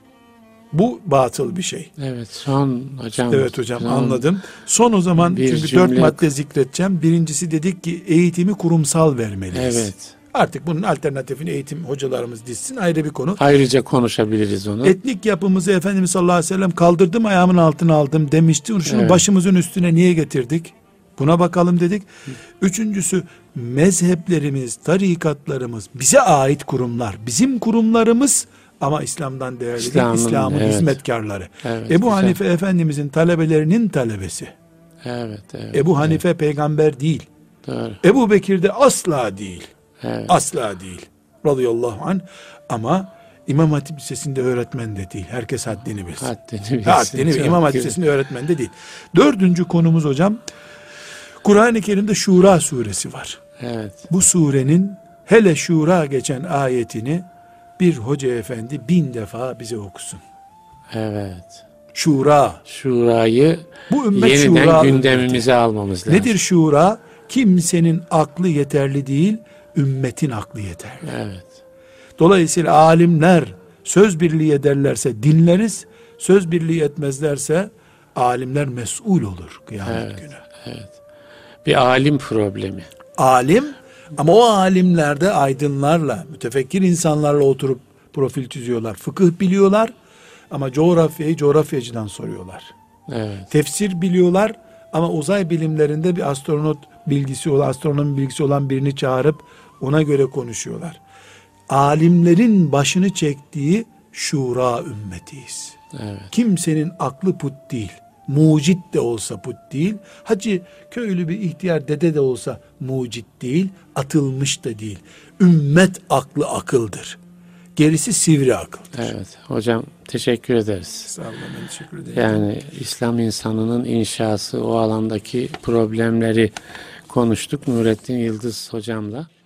Speaker 2: Bu batıl bir şey.
Speaker 1: Evet, son hocam.
Speaker 2: Evet hocam, son, anladım. Son o zaman çünkü cümle... dört madde zikredeceğim. Birincisi dedik ki eğitimi kurumsal vermeliyiz. Evet. Artık bunun alternatifini eğitim hocalarımız dizsin, ayrı bir konu.
Speaker 1: Ayrıca konuşabiliriz onu.
Speaker 2: Etnik yapımızı Efendimiz sallallahu aleyhi ve sellem kaldırdım, ayağımın altına aldım demişti. Şunu evet. başımızın üstüne niye getirdik? Buna bakalım dedik. Üçüncüsü, mezheplerimiz, tarikatlarımız bize ait kurumlar. Bizim kurumlarımız ama İslam'dan değerli İslam'ın, değil, İslam'ın evet. hizmetkarları. Evet, Ebu güzel. Hanife Efendimizin talebelerinin talebesi.
Speaker 1: Evet, evet,
Speaker 2: Ebu Hanife evet. peygamber değil.
Speaker 1: Doğru.
Speaker 2: Ebu Bekir de asla değil.
Speaker 1: Evet.
Speaker 2: Asla değil. Radıyallahu anh. Ama İmam Hatip Lisesi'nde öğretmen de değil. Herkes haddini bilsin.
Speaker 1: Haddini bilsin.
Speaker 2: Haddini bilsin. İmam Hatip Lisesi'nde öğretmen de değil. Dördüncü konumuz hocam, Kur'an-ı Kerim'de Şura suresi var.
Speaker 1: Evet.
Speaker 2: Bu surenin hele Şura geçen ayetini bir hoca efendi bin defa bize okusun.
Speaker 1: Evet.
Speaker 2: Şura.
Speaker 1: Şurayı
Speaker 2: bu ümmet
Speaker 1: yeniden
Speaker 2: şura
Speaker 1: gündemimize
Speaker 2: ümmeti.
Speaker 1: almamız lazım.
Speaker 2: Nedir şura? Kimsenin aklı yeterli değil, ümmetin aklı yeterli.
Speaker 1: Evet.
Speaker 2: Dolayısıyla alimler söz birliği ederlerse dinleriz, söz birliği etmezlerse alimler mesul olur kıyamet
Speaker 1: evet,
Speaker 2: günü.
Speaker 1: Evet. Bir alim problemi.
Speaker 2: Alim, ama o alimlerde aydınlarla, mütefekkir insanlarla oturup profil çiziyorlar. Fıkıh biliyorlar ama coğrafyayı coğrafyacıdan soruyorlar.
Speaker 1: Evet.
Speaker 2: Tefsir biliyorlar ama uzay bilimlerinde bir astronot bilgisi olan, astronomi bilgisi olan birini çağırıp ona göre konuşuyorlar. Alimlerin başını çektiği şura ümmetiyiz.
Speaker 1: Evet.
Speaker 2: Kimsenin aklı put değil. Mucit de olsa put değil. Hacı köylü bir ihtiyar dede de olsa mucit değil. Atılmış da değil. Ümmet aklı akıldır. Gerisi sivri akıldır.
Speaker 1: Evet hocam, teşekkür ederiz.
Speaker 2: Sağ olun, ben teşekkür ederim.
Speaker 1: Yani İslam insanının inşası, o alandaki problemleri konuştuk Nurettin Yıldız hocamla.